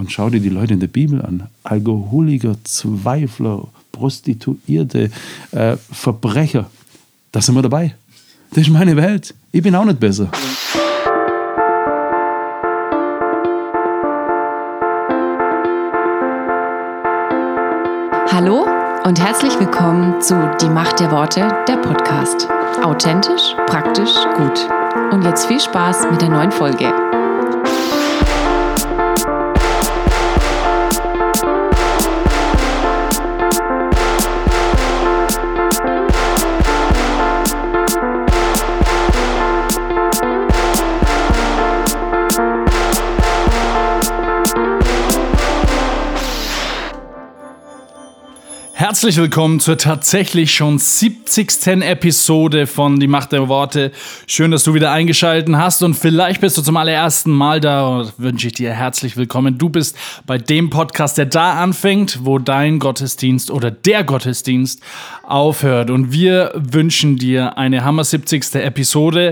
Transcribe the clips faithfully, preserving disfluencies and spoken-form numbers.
Und schau dir die Leute in der Bibel an. Alkoholiker, Zweifler, Prostituierte, äh, Verbrecher. Da sind wir dabei. Das ist meine Welt. Ich bin auch nicht besser. Hallo und herzlich willkommen zu Die Macht der Worte, der Podcast. Authentisch, praktisch, gut. Und jetzt viel Spaß mit der neuen Folge. Herzlich willkommen zur tatsächlich schon siebzigsten Episode von Die Macht der Worte. Schön, dass du wieder eingeschaltet hast und vielleicht bist du zum allerersten Mal da und wünsche ich dir herzlich willkommen. Du bist bei dem Podcast, der da anfängt, wo dein Gottesdienst oder der Gottesdienst aufhört. Und wir wünschen dir eine Hammer siebzigste Episode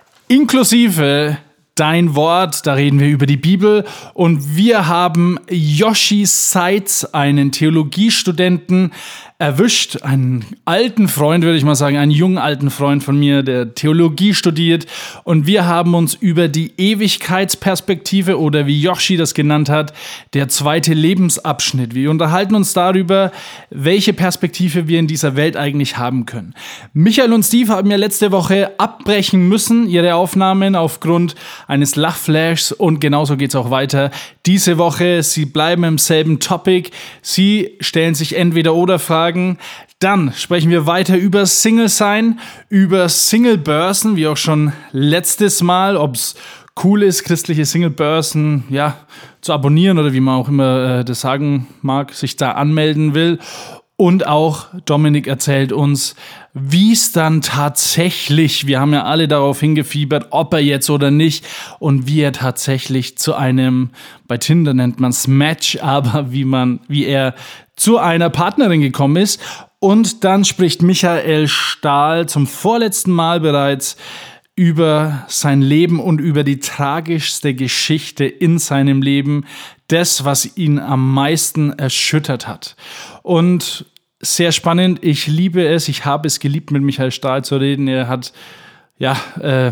inklusive Dein Wort, da reden wir über die Bibel und wir haben Yoshi Seitz, einen Theologiestudenten, erwischt, einen alten Freund, würde ich mal sagen, einen jungen alten Freund von mir, der Theologie studiert und wir haben uns über die Ewigkeitsperspektive oder wie Yoshi das genannt hat, der zweite Lebensabschnitt. Wir unterhalten uns darüber, welche Perspektive wir in dieser Welt eigentlich haben können. Michael und Steve haben ja letzte Woche abbrechen müssen, ihre Aufnahmen aufgrund eines Lachflashs und genauso geht es auch weiter. Diese Woche, sie bleiben im selben Topic, sie stellen sich entweder oder Fragen. Dann sprechen wir weiter über Single-Sein, über Single-Börsen, wie auch schon letztes Mal, ob es cool ist, christliche Single-Börsen ja, zu abonnieren oder wie man auch immer äh, das sagen mag, sich da anmelden will. Und auch Dominik erzählt uns, wie es dann tatsächlich, wir haben ja alle darauf hingefiebert, ob er jetzt oder nicht, und wie er tatsächlich zu einem, bei Tinder nennt man es Match, aber wie man, wie er zu einer Partnerin gekommen ist. Und dann spricht Michael Stahl zum vorletzten Mal bereits über sein Leben und über die tragischste Geschichte in seinem Leben, das, was ihn am meisten erschüttert hat. Und sehr spannend, ich liebe es, ich habe es geliebt, mit Michael Stahl zu reden. Er hat ja äh,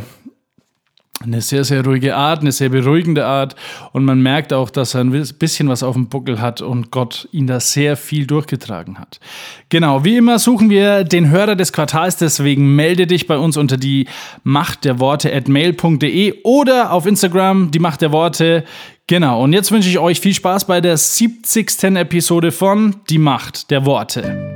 eine sehr, sehr ruhige Art, eine sehr beruhigende Art und man merkt auch, dass er ein bisschen was auf dem Buckel hat und Gott ihn da sehr viel durchgetragen hat. Genau, wie immer suchen wir den Hörer des Quartals, deswegen melde dich bei uns unter die Macht der Worte at mail punkt de oder auf Instagram, die Macht der Worte. Genau, und jetzt wünsche ich euch viel Spaß bei der siebzigsten Episode von Die Macht der Worte.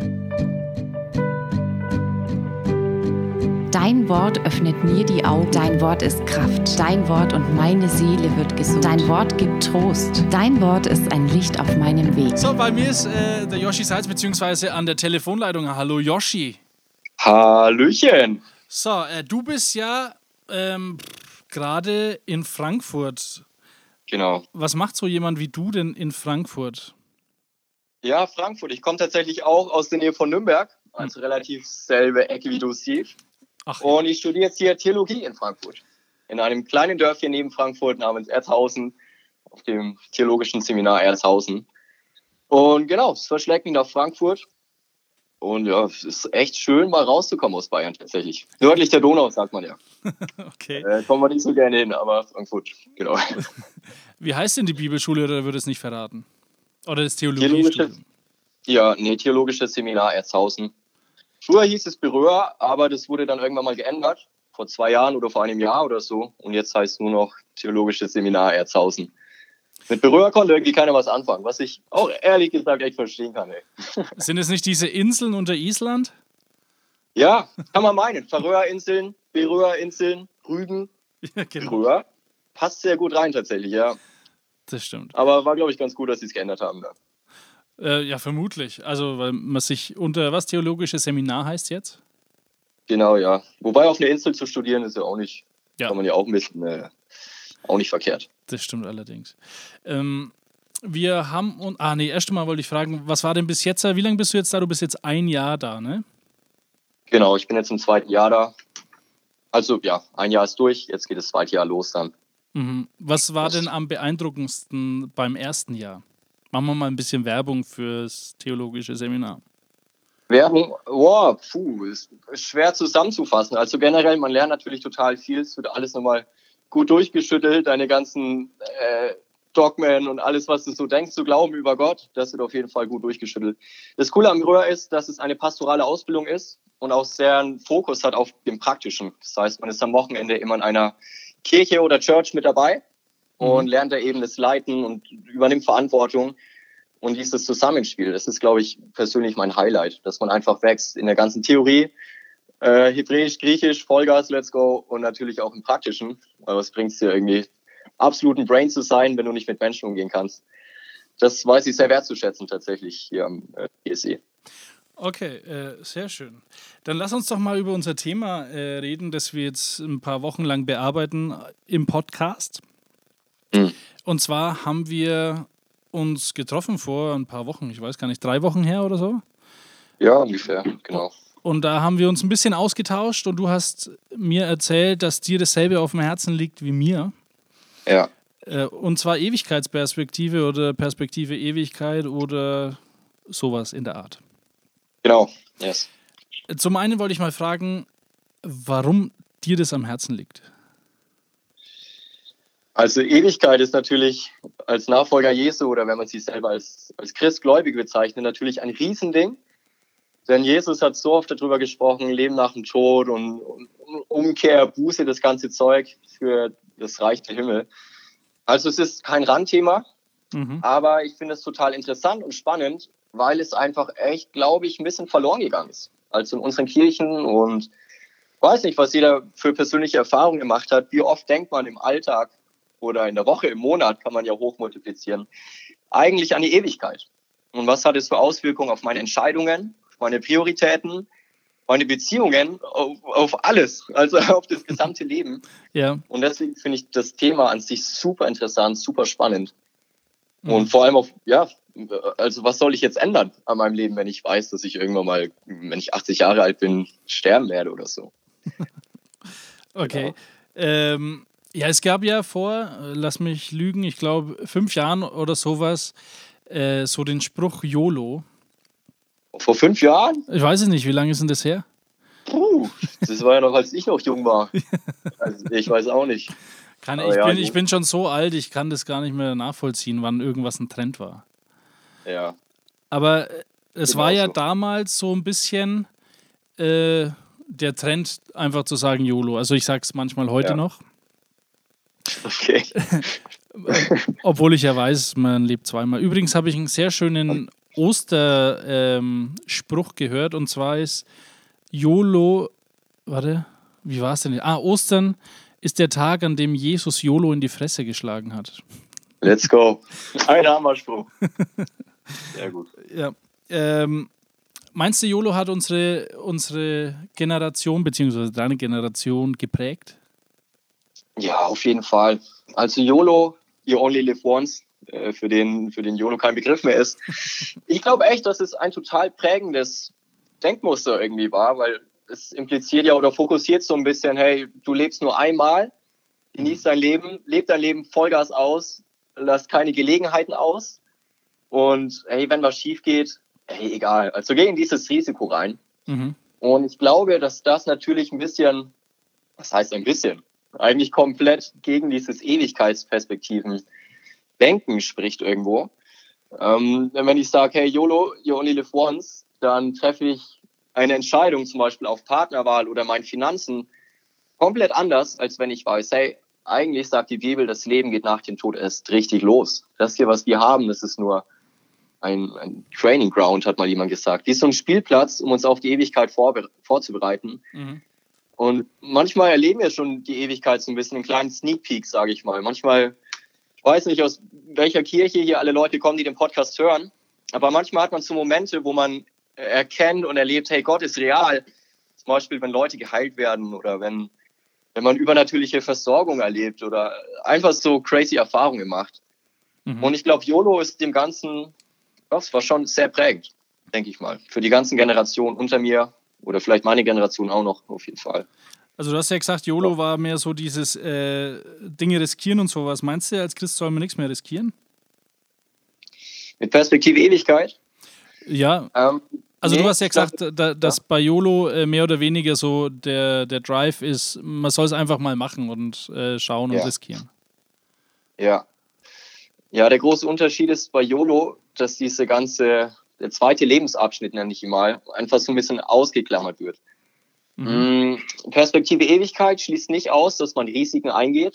Dein Wort öffnet mir die Augen. Dein Wort ist Kraft. Dein Wort und meine Seele wird gesund. Dein Wort gibt Trost. Dein Wort ist ein Licht auf meinem Weg. So, bei mir ist äh, der Yoshi Seitz, beziehungsweise an der Telefonleitung. Hallo Yoshi. Hallöchen. So, äh, du bist ja ähm, gerade in Frankfurt. Genau. Was macht so jemand wie du denn in Frankfurt? Ja, Frankfurt. Ich komme tatsächlich auch aus der Nähe von Nürnberg. Also hm. relativ selbe Ecke wie du, Steve. Ach, ja. Und ich studiere jetzt hier Theologie in Frankfurt. In einem kleinen Dörfchen neben Frankfurt namens Erzhausen, auf dem theologischen Seminar Erzhausen. Und genau, es verschlägt mich nach Frankfurt. Und ja, es ist echt schön, mal rauszukommen aus Bayern tatsächlich. Nördlich der Donau, sagt man ja. Okay. Äh, kommen wir nicht so gerne hin, aber Frankfurt, genau. Wie heißt denn die Bibelschule, oder würde es nicht verraten? Oder das Theologiestudium? Ja, nee, theologisches Seminar Erzhausen. Früher hieß es Berührer, aber das wurde dann irgendwann mal geändert. Vor zwei Jahren oder vor einem Jahr oder so. Und jetzt heißt es nur noch theologisches Seminar Erzhausen. Mit Berührer konnte irgendwie keiner was anfangen, was ich auch ehrlich gesagt echt verstehen kann. Ey. Sind es nicht diese Inseln unter Island? Ja, kann man meinen. Färöerinseln, Berührinseln, Rügen, ja, genau. Berührer. Passt sehr gut rein tatsächlich, ja. Das stimmt. Aber war, glaube ich, ganz gut, dass sie es geändert haben. Ja. Äh, ja, vermutlich. Also, weil man sich unter, was theologisches Seminar heißt jetzt? Genau, ja. Wobei auf einer Insel zu studieren ist ja auch nicht, ja. kann man ja auch mit, äh, auch nicht verkehrt. Das stimmt allerdings. Ähm, wir haben, und, ah nee, erst einmal wollte ich fragen, was war denn bis jetzt, wie lange bist du jetzt da? Du bist jetzt ein Jahr da, ne? Genau, ich bin jetzt im zweiten Jahr da. Also ja, ein Jahr ist durch, jetzt geht das zweite Jahr los dann. Mhm. Was war denn am beeindruckendsten beim ersten Jahr? Machen wir mal ein bisschen Werbung fürs theologische Seminar. Werbung, wow, puh, ist schwer zusammenzufassen. Also generell, man lernt natürlich total viel. Es wird alles nochmal gut durchgeschüttelt. Deine ganzen äh, Dogmen und alles, was du so denkst zu glauben über Gott, das wird auf jeden Fall gut durchgeschüttelt. Das Coole am Röhr ist, dass es eine pastorale Ausbildung ist und auch sehr einen Fokus hat auf dem Praktischen. Das heißt, man ist am Wochenende immer in einer Kirche oder Church mit dabei und mhm. lernt da eben das Leiten und übernimmt Verantwortung. Und dieses Zusammenspiel, das ist, glaube ich, persönlich mein Highlight, dass man einfach wächst in der ganzen Theorie, äh, Hebräisch, Griechisch, Vollgas, let's go und natürlich auch im Praktischen. Aber was bringt es dir irgendwie, absoluten Brain zu sein, wenn du nicht mit Menschen umgehen kannst? Das weiß ich sehr wertzuschätzen tatsächlich hier am äh, P S E. Okay, äh, sehr schön. Dann lass uns doch mal über unser Thema äh, reden, das wir jetzt ein paar Wochen lang bearbeiten im Podcast. Mhm. Und zwar haben wir uns getroffen vor ein paar Wochen, ich weiß gar nicht, drei Wochen her oder so? Ja, ungefähr, genau. Und da haben wir uns ein bisschen ausgetauscht und du hast mir erzählt, dass dir dasselbe auf dem Herzen liegt wie mir. Ja. Und zwar Ewigkeitsperspektive oder Perspektive Ewigkeit oder sowas in der Art. Genau, yes. Zum einen wollte ich mal fragen, warum dir das am Herzen liegt. Also Ewigkeit ist natürlich als Nachfolger Jesu oder wenn man sich selber als, als Christgläubig bezeichnet, natürlich ein Riesending. Denn Jesus hat so oft darüber gesprochen, Leben nach dem Tod und, und Umkehr, Buße, das ganze Zeug für das Reich der Himmel. Also es ist kein Randthema, mhm. aber ich finde es total interessant und spannend, weil es einfach echt, glaube ich, ein bisschen verloren gegangen ist. Also in unseren Kirchen und ich weiß nicht, was jeder für persönliche Erfahrungen gemacht hat. Wie oft denkt man im Alltag oder in der Woche, im Monat, kann man ja hochmultiplizieren, eigentlich an die Ewigkeit. Und was hat es für Auswirkungen auf meine Entscheidungen, auf meine Prioritäten, meine Beziehungen, auf, auf alles, also auf das gesamte Leben. Ja. Und deswegen finde ich das Thema an sich super interessant, super spannend. Mhm. Und vor allem auf, ja, also was soll ich jetzt ändern an meinem Leben, wenn ich weiß, dass ich irgendwann mal, wenn ich achtzig Jahre alt bin, sterben werde oder so. Okay. Genau. Ähm, ja, es gab ja vor, lass mich lügen, ich glaube fünf Jahren oder sowas, äh, so den Spruch YOLO. Vor fünf Jahren? Ich weiß es nicht, wie lange ist denn das her? Puh, das war ja noch, als ich noch jung war. Also ich weiß auch nicht. Kann, ich, ja, bin, ich bin schon so alt, ich kann das gar nicht mehr nachvollziehen, wann irgendwas ein Trend war. Ja. Aber es war ja so. damals so ein bisschen äh, der Trend, einfach zu sagen YOLO. Also ich sage es manchmal heute ja. noch. Okay. Obwohl ich ja weiß, man lebt zweimal. Übrigens habe ich einen sehr schönen Osterspruch ähm, gehört, und zwar ist YOLO, warte, wie war es denn? Ah, Ostern ist der Tag, an dem Jesus YOLO in die Fresse geschlagen hat. Let's go. Ein Hammerspruch. Sehr gut. Ja. Ähm, meinst du, YOLO hat unsere, unsere Generation, beziehungsweise deine Generation geprägt? Ja, auf jeden Fall. Also YOLO, you only live once, äh, für den, für den YOLO kein Begriff mehr ist. Ich glaube echt, dass es ein total prägendes Denkmuster irgendwie war, weil es impliziert ja oder fokussiert so ein bisschen, hey, du lebst nur einmal, genieß dein Leben, leb dein Leben Vollgas aus, lass keine Gelegenheiten aus und hey, wenn was schief geht, hey, egal. Also geh in dieses Risiko rein. Mhm. Und ich glaube, dass das natürlich ein bisschen, was heißt ein bisschen, eigentlich komplett gegen dieses Ewigkeitsperspektiven Denken spricht irgendwo. Ähm, wenn ich sage, hey, YOLO, you only live once, dann treffe ich eine Entscheidung zum Beispiel auf Partnerwahl oder meinen Finanzen komplett anders, als wenn ich weiß, hey, eigentlich sagt die Bibel, das Leben geht nach dem Tod erst richtig los. Das hier, was wir haben, das ist nur ein, ein Training Ground, hat mal jemand gesagt. Wie so ein Spielplatz, um uns auf die Ewigkeit vorbe- vorzubereiten. Mhm. Und manchmal erleben wir schon die Ewigkeit so ein bisschen, einen kleinen Sneak Peek, sage ich mal. Manchmal, ich weiß nicht, aus welcher Kirche hier alle Leute kommen, die den Podcast hören, aber manchmal hat man so Momente, wo man erkennt und erlebt, hey, Gott ist real. Zum Beispiel, wenn Leute geheilt werden oder wenn, wenn man übernatürliche Versorgung erlebt oder einfach so crazy Erfahrungen macht. Mhm. Und ich glaube, YOLO ist dem Ganzen, das war schon sehr prägend, denke ich mal. Für die ganzen Generationen unter mir oder vielleicht meine Generation auch noch, auf jeden Fall. Also du hast ja gesagt, YOLO war mehr so dieses äh, Dinge riskieren und sowas. Meinst du, als Christ soll man nichts mehr riskieren? Mit Perspektive Ewigkeit? Ja, ähm, also nee, du hast ja gesagt, glaub, da, dass ja. bei YOLO äh, mehr oder weniger so der, der Drive ist, man soll es einfach mal machen und äh, schauen und ja. riskieren. Ja. Ja, der große Unterschied ist bei YOLO, dass diese ganze, der zweite Lebensabschnitt, nenne ich ihn mal, einfach so ein bisschen ausgeklammert wird. Mhm. Perspektive Ewigkeit schließt nicht aus, dass man Risiken eingeht,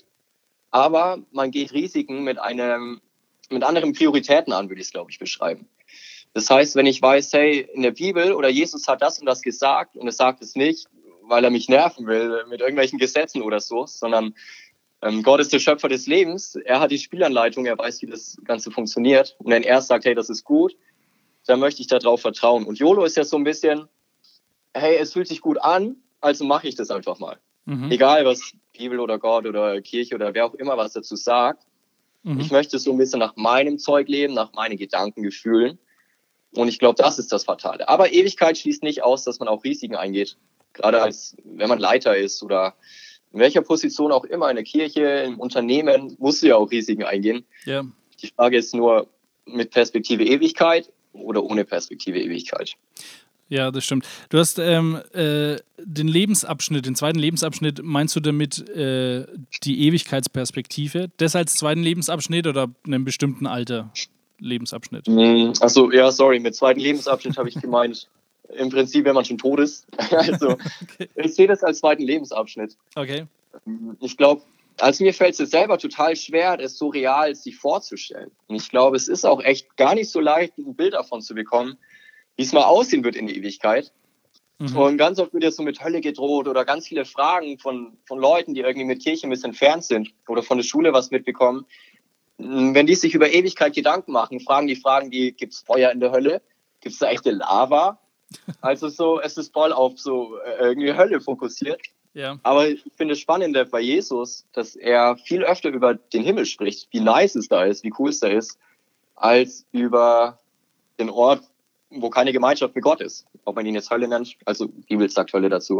aber man geht Risiken mit einem, mit anderen Prioritäten an, würde ich es, glaube ich, beschreiben. Das heißt, wenn ich weiß, hey, in der Bibel oder Jesus hat das und das gesagt und er sagt es nicht, weil er mich nerven will mit irgendwelchen Gesetzen oder so, sondern ähm, Gott ist der Schöpfer des Lebens, er hat die Spielanleitung, er weiß, wie das Ganze funktioniert und wenn er sagt, hey, das ist gut, dann möchte ich darauf vertrauen. Und YOLO ist ja so ein bisschen, hey, es fühlt sich gut an, also mache ich das einfach mal. Mhm. Egal, was Bibel oder Gott oder Kirche oder wer auch immer was dazu sagt. Mhm. Ich möchte so ein bisschen nach meinem Zeug leben, nach meinen Gedankengefühlen. Und ich glaube, das ist das Fatale. Aber Ewigkeit schließt nicht aus, dass man auch Risiken eingeht. Gerade als, wenn man Leiter ist oder in welcher Position auch immer, in der Kirche, im Unternehmen, musst du ja auch Risiken eingehen. Ja. Die Frage ist nur, mit Perspektive Ewigkeit oder ohne Perspektive Ewigkeit. Ja, das stimmt. Du hast ähm, äh, den Lebensabschnitt, den zweiten Lebensabschnitt, meinst du damit äh, die Ewigkeitsperspektive? Das als zweiten Lebensabschnitt oder einen bestimmten Alter Lebensabschnitt? Achso, ja, sorry, mit zweiten Lebensabschnitt habe ich gemeint, im Prinzip, wenn man schon tot ist. Also, okay. Ich sehe das als zweiten Lebensabschnitt. Okay. Ich glaube, also mir fällt es selber total schwer, es so real sich vorzustellen. Und ich glaube, es ist auch echt gar nicht so leicht, ein Bild davon zu bekommen, wie es mal aussehen wird in der Ewigkeit. Mhm. Und ganz oft wird ja so mit Hölle gedroht oder ganz viele Fragen von, von Leuten, die irgendwie mit Kirche ein bisschen entfernt sind oder von der Schule was mitbekommen. Wenn die sich über Ewigkeit Gedanken machen, fragen die Fragen, die, gibt es Feuer in der Hölle? Gibt es da echte Lava? Also so, es ist voll auf so äh, irgendwie Hölle fokussiert. Ja. Aber ich finde es spannend bei Jesus, dass er viel öfter über den Himmel spricht, wie nice es da ist, wie cool es da ist, als über den Ort, wo keine Gemeinschaft mit Gott ist. Ob man ihn jetzt Hölle nennt, also die Bibel sagt Hölle dazu.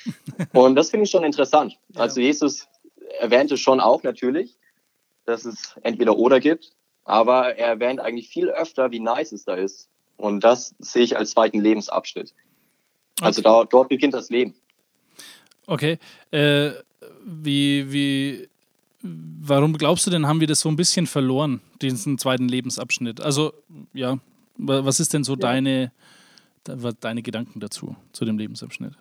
Und das finde ich schon interessant. Ja. Also Jesus erwähnte schon auch natürlich, dass es entweder oder gibt, aber er erwähnt eigentlich viel öfter, wie nice es da ist. Und das sehe ich als zweiten Lebensabschnitt. Also okay. da, dort beginnt das Leben. Okay. Äh, wie, wie, warum glaubst du denn, haben wir das so ein bisschen verloren, diesen zweiten Lebensabschnitt? Also, ja, was ist denn so ja. deine, deine Gedanken dazu, zu dem Lebensabschnitt?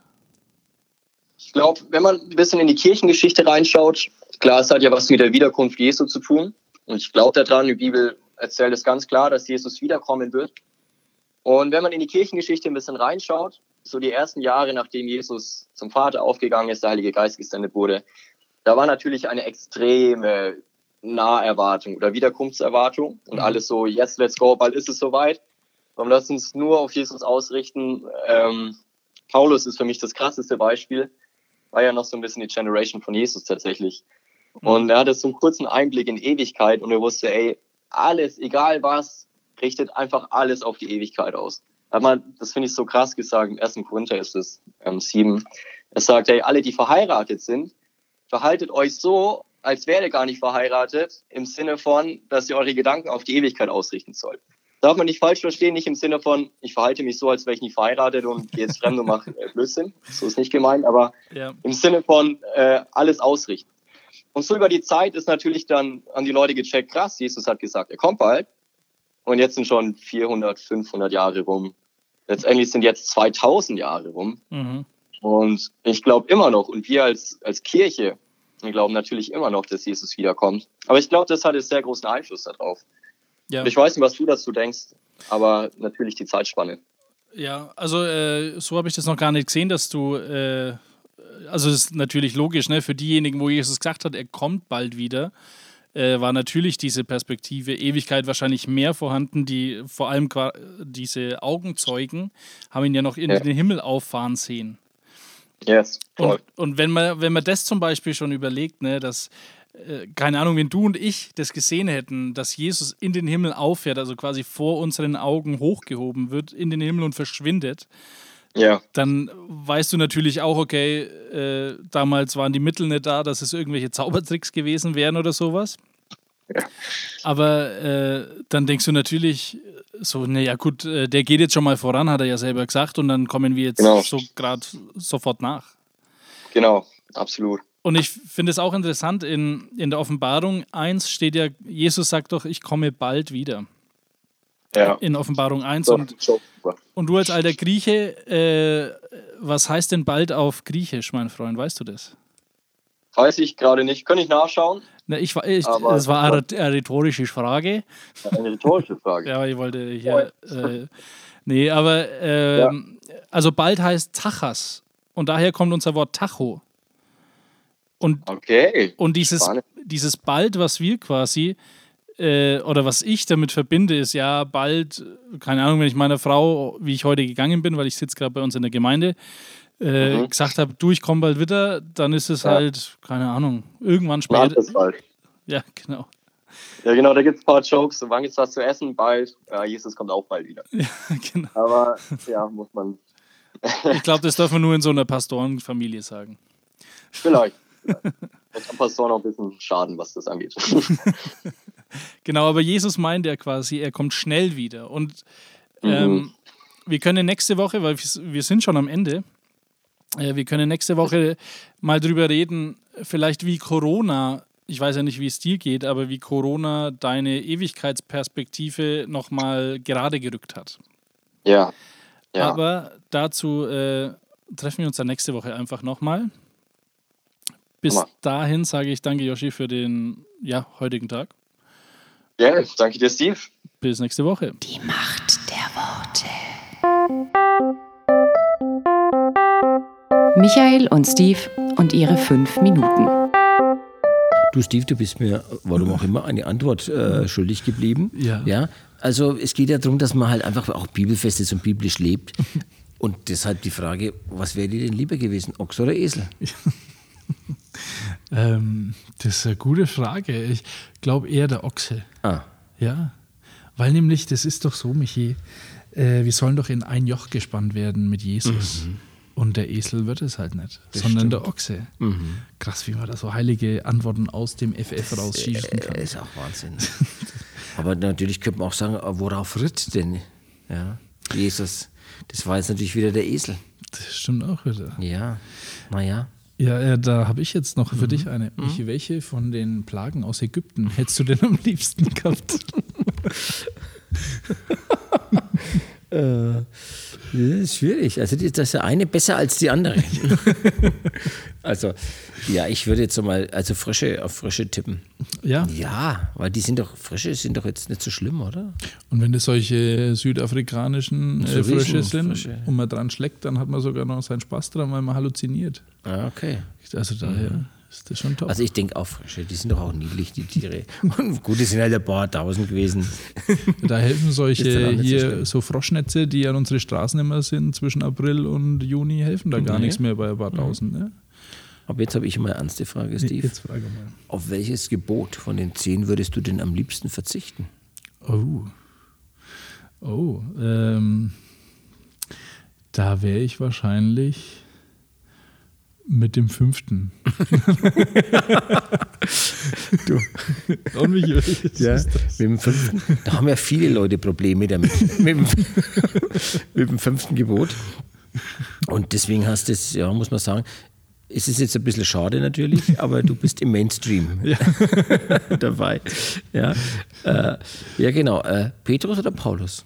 Ich glaube, wenn man ein bisschen in die Kirchengeschichte reinschaut, klar, es hat ja was mit der Wiederkunft Jesu zu tun. Und ich glaube daran, die Bibel erzählt es ganz klar, dass Jesus wiederkommen wird. Und wenn man in die Kirchengeschichte ein bisschen reinschaut, so die ersten Jahre, nachdem Jesus zum Vater aufgegangen ist, der Heilige Geist gesendet wurde, da war natürlich eine extreme Naherwartung oder Wiederkunftserwartung und alles so, jetzt, let's go, bald ist es soweit. Und lass uns nur auf Jesus ausrichten. Ähm, Paulus ist für mich das krasseste Beispiel, war ja noch so ein bisschen die Generation von Jesus tatsächlich. Und er hatte so einen kurzen Einblick in Ewigkeit und er wusste, ey, alles, egal was, richtet einfach alles auf die Ewigkeit aus. Aber das finde ich so krass gesagt, im ersten Korinther ist es ähm, sieben. Er sagt, hey, alle, die verheiratet sind, verhaltet euch so, als wäre ihr gar nicht verheiratet, im Sinne von, dass ihr eure Gedanken auf die Ewigkeit ausrichten sollt. Darf man nicht falsch verstehen, nicht im Sinne von, ich verhalte mich so, als wäre ich nicht verheiratet und gehe jetzt fremd und mache äh, Blödsinn. So ist nicht gemeint, aber ja. Im Sinne von äh, alles ausrichten. Und so über die Zeit ist natürlich dann an die Leute gecheckt, krass, Jesus hat gesagt, er kommt bald. Und jetzt sind schon vierhundert, fünfhundert Jahre rum. Letztendlich sind jetzt zweitausend Jahre rum. Mhm. Und ich glaube immer noch, und wir als, als Kirche, wir glauben natürlich immer noch, dass Jesus wiederkommt. Aber ich glaube, das hat einen sehr großen Einfluss darauf. Ja. Und ich weiß nicht, was du dazu denkst, aber natürlich die Zeitspanne. Ja, also äh, so habe ich das noch gar nicht gesehen, dass du, äh, also das ist natürlich logisch, ne, für diejenigen, wo Jesus gesagt hat, er kommt bald wieder, äh, war natürlich diese Perspektive Ewigkeit wahrscheinlich mehr vorhanden, die vor allem diese Augenzeugen haben ihn ja noch in ja. den Himmel auffahren sehen. Yes, und, und wenn man, wenn man das zum Beispiel schon überlegt, ne, dass keine Ahnung, wenn du und ich das gesehen hätten, dass Jesus in den Himmel auffährt, also quasi vor unseren Augen hochgehoben wird, in den Himmel und verschwindet, Ja. Dann weißt du natürlich auch, okay, äh, damals waren die Mittel nicht da, dass es irgendwelche Zaubertricks gewesen wären oder sowas. Ja. Aber äh, dann denkst du natürlich so, naja gut, äh, der geht jetzt schon mal voran, hat er ja selber gesagt, und dann kommen wir jetzt Genau. so gerade sofort nach. Genau, absolut. Und ich finde es auch interessant, in, in der Offenbarung eins steht ja, Jesus sagt doch, ich komme bald wieder. Ja. In Offenbarung eins. So, Und, so, super. und du als alter Grieche, äh, was heißt denn bald auf Griechisch, mein Freund? Weißt du das? Weiß ich gerade nicht. Könnte ich nachschauen? Na, ich, ich, Aber- das war eine, eine rhetorische Frage. Eine rhetorische Frage. Ja, ich wollte hier. Äh, nee, aber ähm, also bald heißt Tachas. Und daher kommt unser Wort Tacho. Und, Okay. und dieses, Spannend. dieses bald, was wir quasi, äh, oder was ich damit verbinde, ist ja bald, keine Ahnung, wenn ich meiner Frau, wie ich heute gegangen bin, weil ich sitze gerade bei uns in der Gemeinde, äh, Mhm. gesagt habe, du, ich komme bald wieder, dann ist es Ja. halt, keine Ahnung, irgendwann Ein später. anderes Bald. Ja, genau. Ja, genau, da gibt es ein paar Jokes. So, wann gibt's was zu essen? Bald. Ja, Jesus kommt auch bald wieder. Ja, genau. Aber ja, muss man Ich glaube, das darf man nur in so einer Pastorenfamilie sagen. vielleicht. Das kann Pastor noch ein bisschen schaden, was das angeht. Genau, aber Jesus meint ja quasi, er kommt schnell wieder. Und ähm, Mhm. wir können nächste Woche, weil wir wir sind schon am Ende, äh, wir können nächste Woche mal drüber reden, vielleicht wie Corona, ich weiß ja nicht, wie es dir geht, aber wie Corona deine Ewigkeitsperspektive nochmal gerade gerückt hat. Ja. Ja. Aber dazu äh, treffen wir uns dann nächste Woche einfach nochmal. Bis Hammer. dahin sage ich danke, Joshi, für den ja, heutigen Tag. Ja, danke dir, Steve. Bis nächste Woche. Die Macht der Worte. Michael und Steve und ihre fünf Minuten. Du, Steve, du bist mir, warum auch immer, eine Antwort äh, schuldig geblieben. Ja. ja. Also es geht ja darum, dass man halt einfach auch bibelfest ist und biblisch lebt. Und deshalb die Frage, was wäre dir denn lieber gewesen, Ochs oder Esel? Ähm, das ist eine gute Frage. Ich glaube eher der Ochse. Ah, Ja, weil nämlich, das ist doch so, Michi, äh, wir sollen doch in ein Joch gespannt werden mit Jesus. Und der Esel wird es halt nicht, Das sondern stimmt. der Ochse. Krass, wie man da so heilige Antworten aus dem F F rausschießen kann. äh, ist auch Wahnsinn. Aber natürlich könnte man auch sagen, worauf ritt denn ja, Jesus? Das war jetzt natürlich wieder der Esel. Das stimmt auch wieder. Ja, naja. Ja, äh, da habe ich jetzt noch für dich eine. Michi, welche von den Plagen aus Ägypten hättest du denn am liebsten gehabt? Äh, das ist schwierig. Also das ist ja eine besser als die andere. Also, ja, ich würde jetzt so mal, also Frösche auf Frösche tippen. Ja, Ja, weil die sind doch, Frösche sind doch jetzt nicht so schlimm, oder? und wenn das solche südafrikanischen So äh, Frösche sind Riesenfrösche. und man dran schlägt, dann hat man sogar noch seinen Spaß dran, weil man halluziniert. Ah, okay. Also daher ist das schon top. Also ich denke auch Frösche, die sind doch auch niedlich, die Tiere. Und gut, die sind halt ein paar tausend gewesen. Da helfen Ist solche dann auch nicht so hier schlimm. so Froschnetze, die an unsere Straßen immer sind, zwischen April und Juni, helfen da gar Nee. nichts mehr bei ein paar tausend. Ne? Aber jetzt habe ich mal eine ernste Frage, Steve. Jetzt frage mal. Auf welches Gebot von den zehn würdest du denn am liebsten verzichten? Oh. Oh. Ähm, da wäre ich wahrscheinlich mit dem fünften. Du. Und mich welches Ja, ist das? mit dem fünften. Da haben ja viele Leute Probleme damit. mit, dem, mit dem fünften Gebot. Und deswegen hast du es, ja, muss man sagen, es ist jetzt ein bisschen schade natürlich, aber du bist im Mainstream dabei. Ja, äh, ja genau. Äh, Petrus oder Paulus?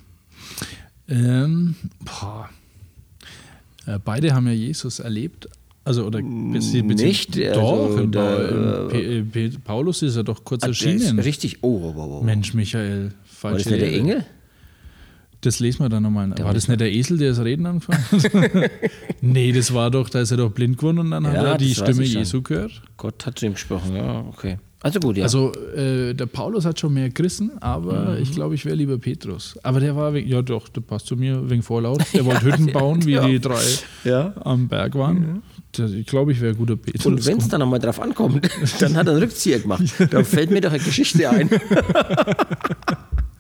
Ähm, boah. Äh, Beide haben ja Jesus erlebt. Also, oder bezieh- bezieh- Nicht, Doch, also im- der, im P- äh, P- Paulus ist ja doch kurz Ah, der ist erschienen. richtig. Oh, oh, oh, oh. Mensch, Michael, War falsche das nicht der Lehre. Engel? Das lesen wir dann nochmal. War das muss nicht der Esel, der das Reden angefangen hat? Nee, das war doch, da ist er doch blind geworden und dann hat Ja, er die das weiß Stimme ich schon. Jesu gehört. Gott hat zu ihm gesprochen, ja, okay. Also gut, ja. Also äh, der Paulus hat schon mehr gerissen, aber ich glaube, ich wäre lieber Petrus. Aber der war, wegen, ja doch, der passt zu mir, wegen Vorlaut. Der wollte Hütten bauen, wie ja. die drei ja. am Berg waren. Der, ich glaube, ich wäre ein guter Petrus. Und wenn es dann einmal drauf ankommt, dann hat er einen Rückzieher gemacht. Da fällt mir doch eine Geschichte ein.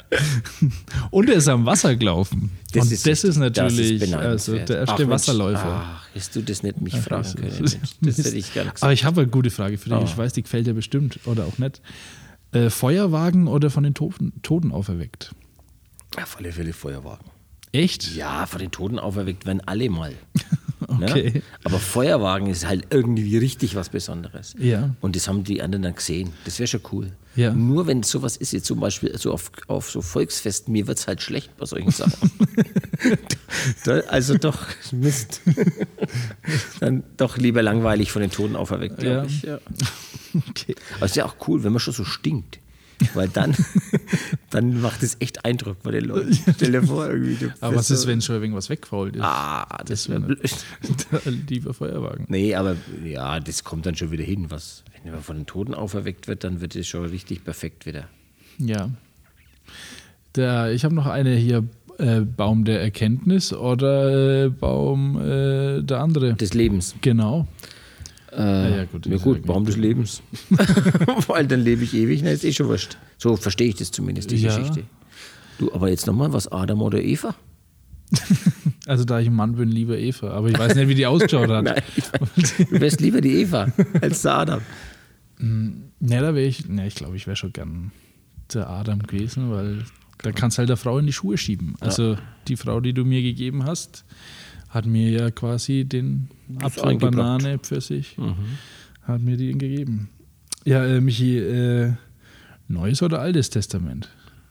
Und er ist am Wasser gelaufen. Das und ist, das ist natürlich das ist also der erste Ach, Wasserläufer. Ach, hättest du das nicht mich Ach, fragen das können. ist- Das hätte ich gerne gesagt. Aber ich habe eine gute Frage für dich. Oh. Ich weiß, die gefällt dir bestimmt oder auch nicht. Äh, Feuerwagen oder von den Toten, Toten auferweckt? Auf alle Fälle Feuerwagen. Echt? Ja, von den Toten auferweckt werden alle mal. Okay. Ne? Aber Feuerwagen ist halt irgendwie richtig was Besonderes. Ja. Und das haben die anderen dann gesehen. Das wäre schon cool. Ja. Nur wenn sowas ist, jetzt zum Beispiel so auf, auf so Volksfesten, mir wird es halt schlecht bei solchen Sachen. Da- also doch, Mist. Dann doch lieber langweilig von den Toten auferweckt, glaube Ja. ich. Ja. Okay. Aber es ist ja auch cool, wenn man schon so stinkt. Weil dann, dann macht es echt Eindruck bei den Leuten. Stell dir vor, irgendwie. du Aber bist was ist, so- wenn schon irgendwas weggefault ist? Ah, das wäre wäre blöd. Lieber Feuerwagen. Nee, aber ja, das kommt dann schon wieder hin. Was, wenn man von den Toten auferweckt wird, dann wird es schon richtig perfekt wieder. Ja. Der, ich habe noch eine hier, äh, Baum der Erkenntnis oder äh, Baum äh, der andere. Des Lebens. Genau. Äh, ja, gut, ja das ist gut, ja Baum des Lebens. Weil dann lebe ich ewig, na ist eh schon wurscht. So verstehe ich das zumindest, die Ja. Geschichte. Du, aber jetzt nochmal, was Adam oder Eva? Also da ich ein Mann bin, lieber Eva. Aber ich weiß nicht, wie die ausgeschaut hat. Nein, ich weiß, du wärst lieber die Eva als der Adam. Ne, da wäre ich, ne, ich glaube, ich wäre schon gern der Adam gewesen, weil da kannst halt der Frau in die Schuhe schieben. Also die Frau, die du mir gegeben hast, hat mir ja quasi den Das Apfel, eingebrockt. Banane, Pfirsich, hat mir die gegeben. Ja, äh, Michi, äh, Neues oder Altes Testament?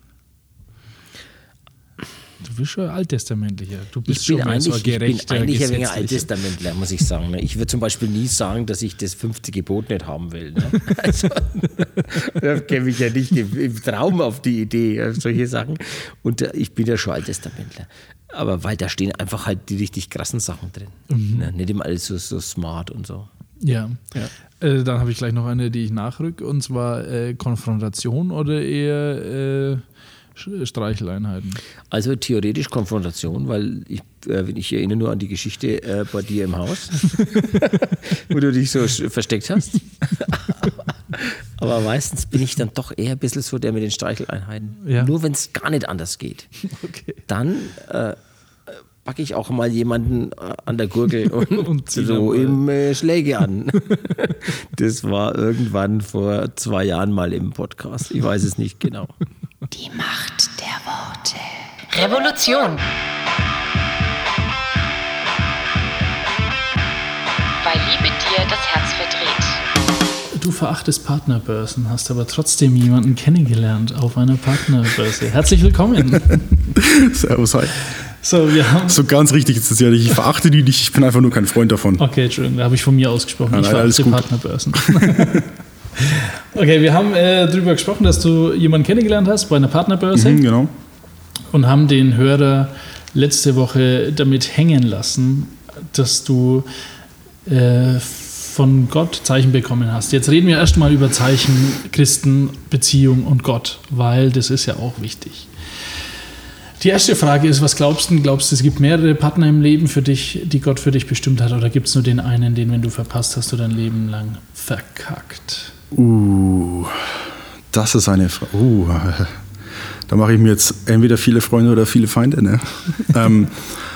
Du bist schon alttestamentlicher. Du bist Ich bin, schon mehr so eigentlich, ich bin gerechter, eigentlich ein wenig gesetzlicher. Alttestamentler, muss ich sagen. ne? Ich würde zum Beispiel nie sagen, dass ich das fünfte Gebot nicht haben will. Ne? Also, da käme ich ja nicht im, im Traum auf die Idee, äh, solche Sachen. Und äh, ich bin ja schon Alttestamentler. Aber weil da stehen einfach halt die richtig krassen Sachen drin. Mhm. Ne? Nicht immer alles so, so smart und so. Ja. Äh, dann habe ich gleich noch eine, die ich nachrück, und zwar äh, Konfrontation oder eher äh, Sch- Streicheleinheiten. Also theoretisch Konfrontation, weil ich, äh, ich erinnere nur an die Geschichte äh, bei dir im Haus, wo du dich so sch- versteckt hast. Aber meistens bin ich dann doch eher ein bisschen so der mit den Streicheleinheiten. Ja. Nur wenn es gar nicht anders geht. Okay. Dann äh, packe ich auch mal jemanden äh, an der Gurgel und, Und zieh so dann im äh, Schläge an. Das war irgendwann vor zwei Jahren mal im Podcast. Ich weiß es nicht genau. Die Macht der Worte. Revolution. Weil Liebe dir das Herz verdreht. Du verachtest Partnerbörsen, hast aber trotzdem jemanden kennengelernt auf einer Partnerbörse. Herzlich willkommen. Servus, hi. So, wir haben. So ganz richtig ist es ja nicht. Ich verachte die nicht, ich bin einfach nur kein Freund davon. Okay, Entschuldigung, da habe ich von mir ausgesprochen. Nein, Ich nein, alles verachte gut. Partnerbörsen. Okay, wir haben äh, darüber gesprochen, dass du jemanden kennengelernt hast bei einer Partnerbörse Mhm, genau. und haben den Hörer letzte Woche damit hängen lassen, dass du äh, von Gott Zeichen bekommen hast. Jetzt reden wir erstmal über Zeichen, Christen, Beziehung und Gott, weil das ist ja auch wichtig. Die erste Frage ist, was glaubst du? Glaubst du, es gibt mehrere Partner im Leben für dich, die Gott für dich bestimmt hat, oder gibt es nur den einen, den, wenn du verpasst hast, du dein Leben lang verkackt? Uh, das ist eine Frage. Uh, da mache ich mir jetzt entweder viele Freunde oder viele Feinde. Ne? ähm,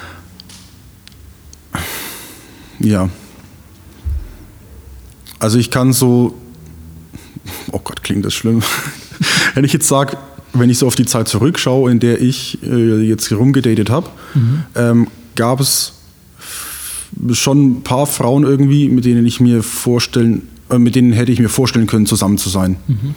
ja. Also ich kann so, oh Gott, klingt das schlimm. Wenn ich jetzt sage, wenn ich so auf die Zeit zurückschaue, in der ich äh, jetzt rumgedatet habe, mhm. ähm, gab es schon ein paar Frauen irgendwie, mit denen ich mir vorstellen, äh, mit denen hätte ich mir vorstellen können, zusammen zu sein. Mhm.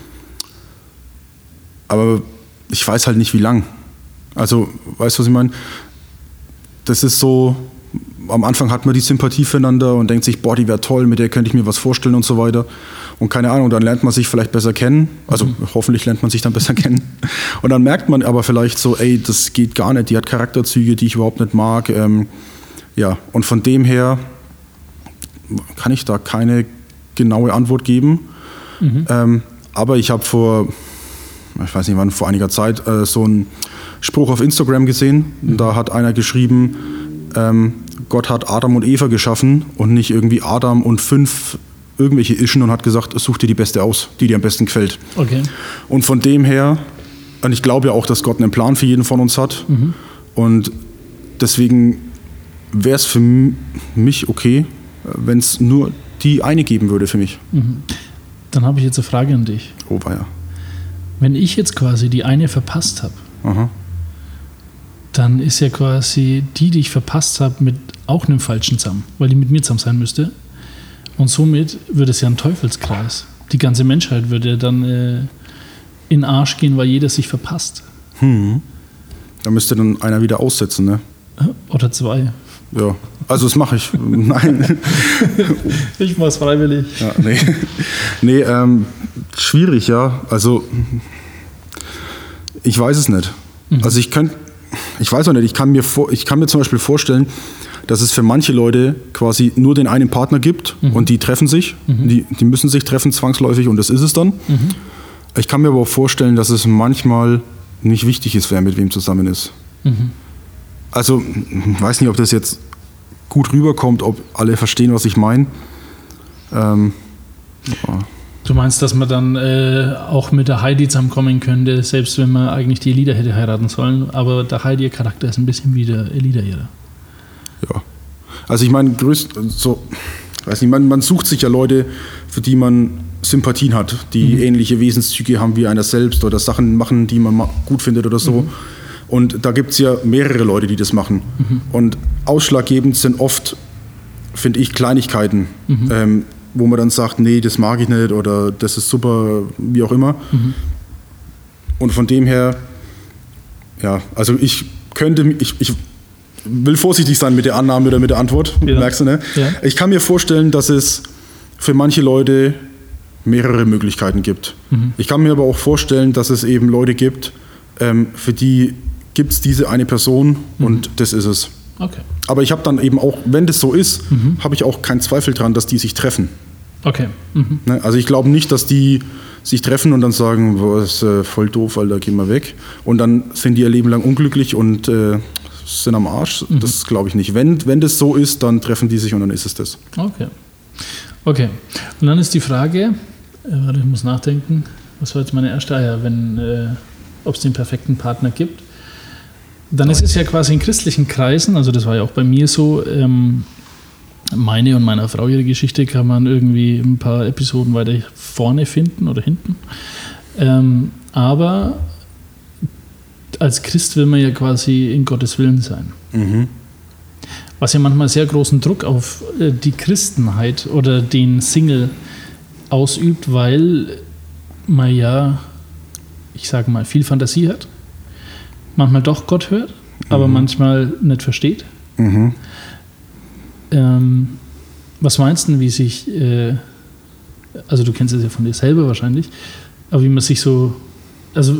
Aber ich weiß halt nicht, wie lang. Also, weißt du, was ich meine? Das ist so, am Anfang hat man die Sympathie füreinander und denkt sich, boah, die wäre toll, mit der könnte ich mir was vorstellen und so weiter. Und keine Ahnung, dann lernt man sich vielleicht besser kennen. Also mhm. hoffentlich lernt man sich dann besser kennen. Und dann merkt man aber vielleicht so, ey, das geht gar nicht, die hat Charakterzüge, die ich überhaupt nicht mag. Ähm, ja, und von dem her kann ich da keine genaue Antwort geben. Mhm. Ähm, aber ich habe vor, ich weiß nicht wann, vor einiger Zeit äh, so einen Spruch auf Instagram gesehen. Mhm. Da hat einer geschrieben, ähm, Gott hat Adam und Eva geschaffen und nicht irgendwie Adam und fünf irgendwelche Ischen und hat gesagt, such dir die beste aus, die dir am besten gefällt. Okay. Und von dem her und ich glaube ja auch, dass Gott einen Plan für jeden von uns hat. Mhm. Und deswegen wäre es für mich okay, wenn es nur die eine geben würde für mich. Mhm. Dann habe ich jetzt eine Frage an dich. Oh, war ja. Wenn ich jetzt quasi die eine verpasst habe, Aha. dann ist ja quasi die, die ich verpasst habe, mit auch einem Falschen zusammen, weil die mit mir zusammen sein müsste. Und somit würde es ja ein Teufelskreis. Die ganze Menschheit würde dann äh, in den Arsch gehen, weil jeder sich verpasst. Hm. Da müsste dann einer wieder aussetzen, ne? Oder zwei. Ja, also das mache ich. Nein. Ich mache es freiwillig. Ja, nee, nee ähm, schwierig, ja. Also ich weiß es nicht. Mhm. Also ich könnte, ich weiß auch nicht, ich kann mir vor, ich kann mir zum Beispiel vorstellen, dass es für manche Leute quasi nur den einen Partner gibt mhm. und die treffen sich, mhm. die, die müssen sich treffen zwangsläufig und das ist es dann. Mhm. Ich kann mir aber auch vorstellen, dass es manchmal nicht wichtig ist, wer mit wem zusammen ist. Mhm. Also, ich weiß nicht, ob das jetzt gut rüberkommt, ob alle verstehen, was ich meine. Ähm, ja. Du meinst, dass man dann äh, auch mit der Heidi zusammenkommen könnte, selbst wenn man eigentlich die Elida hätte heiraten sollen, aber der Heidi, ihr Charakter ist ein bisschen wie der Elida ihre. Ja. Also ich meine, größt, so, weiß nicht, man, man sucht sich ja Leute, für die man Sympathien hat, die mhm. ähnliche Wesenszüge haben wie einer selbst oder Sachen machen, die man gut findet oder so. Mhm. Und da gibt es ja mehrere Leute, die das machen. Mhm. Und ausschlaggebend sind oft, finde ich, Kleinigkeiten, mhm. ähm, wo man dann sagt, nee, das mag ich nicht oder das ist super, wie auch immer. Mhm. Und von dem her, ja, also ich könnte, ich, ich will vorsichtig sein mit der Annahme oder mit der Antwort, ja. Merkst du, ne? Ja. Ich kann mir vorstellen, dass es für manche Leute mehrere Möglichkeiten gibt. Mhm. Ich kann mir aber auch vorstellen, dass es eben Leute gibt, ähm, für die gibt es diese eine Person mhm. und das ist es. Okay. Aber ich habe dann eben auch, wenn das so ist, mhm. habe ich auch keinen Zweifel dran, dass die sich treffen. Okay. Mhm. Ne? Also ich glaube nicht, dass die sich treffen und dann sagen, boah, das ist äh, voll doof, Alter, geh mal weg. Und dann sind die ihr Leben lang unglücklich und äh, sind am Arsch. Mhm. Das glaube ich nicht. Wenn, wenn das so ist, dann treffen die sich und dann ist es das. Okay. Okay. Und dann ist die Frage, äh, warte, ich muss nachdenken, was war jetzt meine erste, ah ja, wenn, äh, ob es den perfekten Partner gibt. Dann ist es ja quasi in christlichen Kreisen, also das war ja auch bei mir so, ähm, meine und meiner Frau ihre Geschichte kann man irgendwie ein paar Episoden weiter vorne finden oder hinten. Ähm, aber als Christ will man ja quasi in Gottes Willen sein. Mhm. Was ja manchmal sehr großen Druck auf äh, die Christenheit oder den Single ausübt, weil man ja, ich sage mal, viel Fantasie hat. Manchmal doch Gott hört, mhm. aber manchmal nicht versteht. Mhm. Ähm, was meinst du, wie sich, äh, also du kennst es ja von dir selber wahrscheinlich, aber wie man sich so, also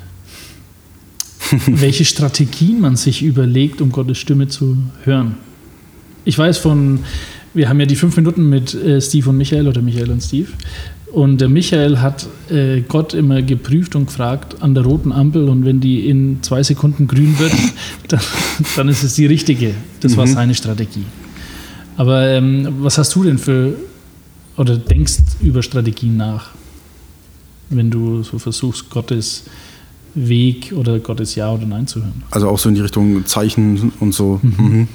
welche Strategien man sich überlegt, um Gottes Stimme zu hören? Ich weiß von, wir haben ja die fünf Minuten mit äh, Steve und Michael oder Michael und Steve. Und der Michael hat äh, Gott immer geprüft und gefragt an der roten Ampel und wenn die in zwei Sekunden grün wird, dann, dann ist es die richtige. Das mhm. war seine Strategie. Aber ähm, was hast du denn für, oder denkst über Strategien nach, wenn du so versuchst, Gottes Weg oder Gottes Ja oder Nein zu hören? Also auch so in die Richtung Zeichen und so. Mhm. Mhm.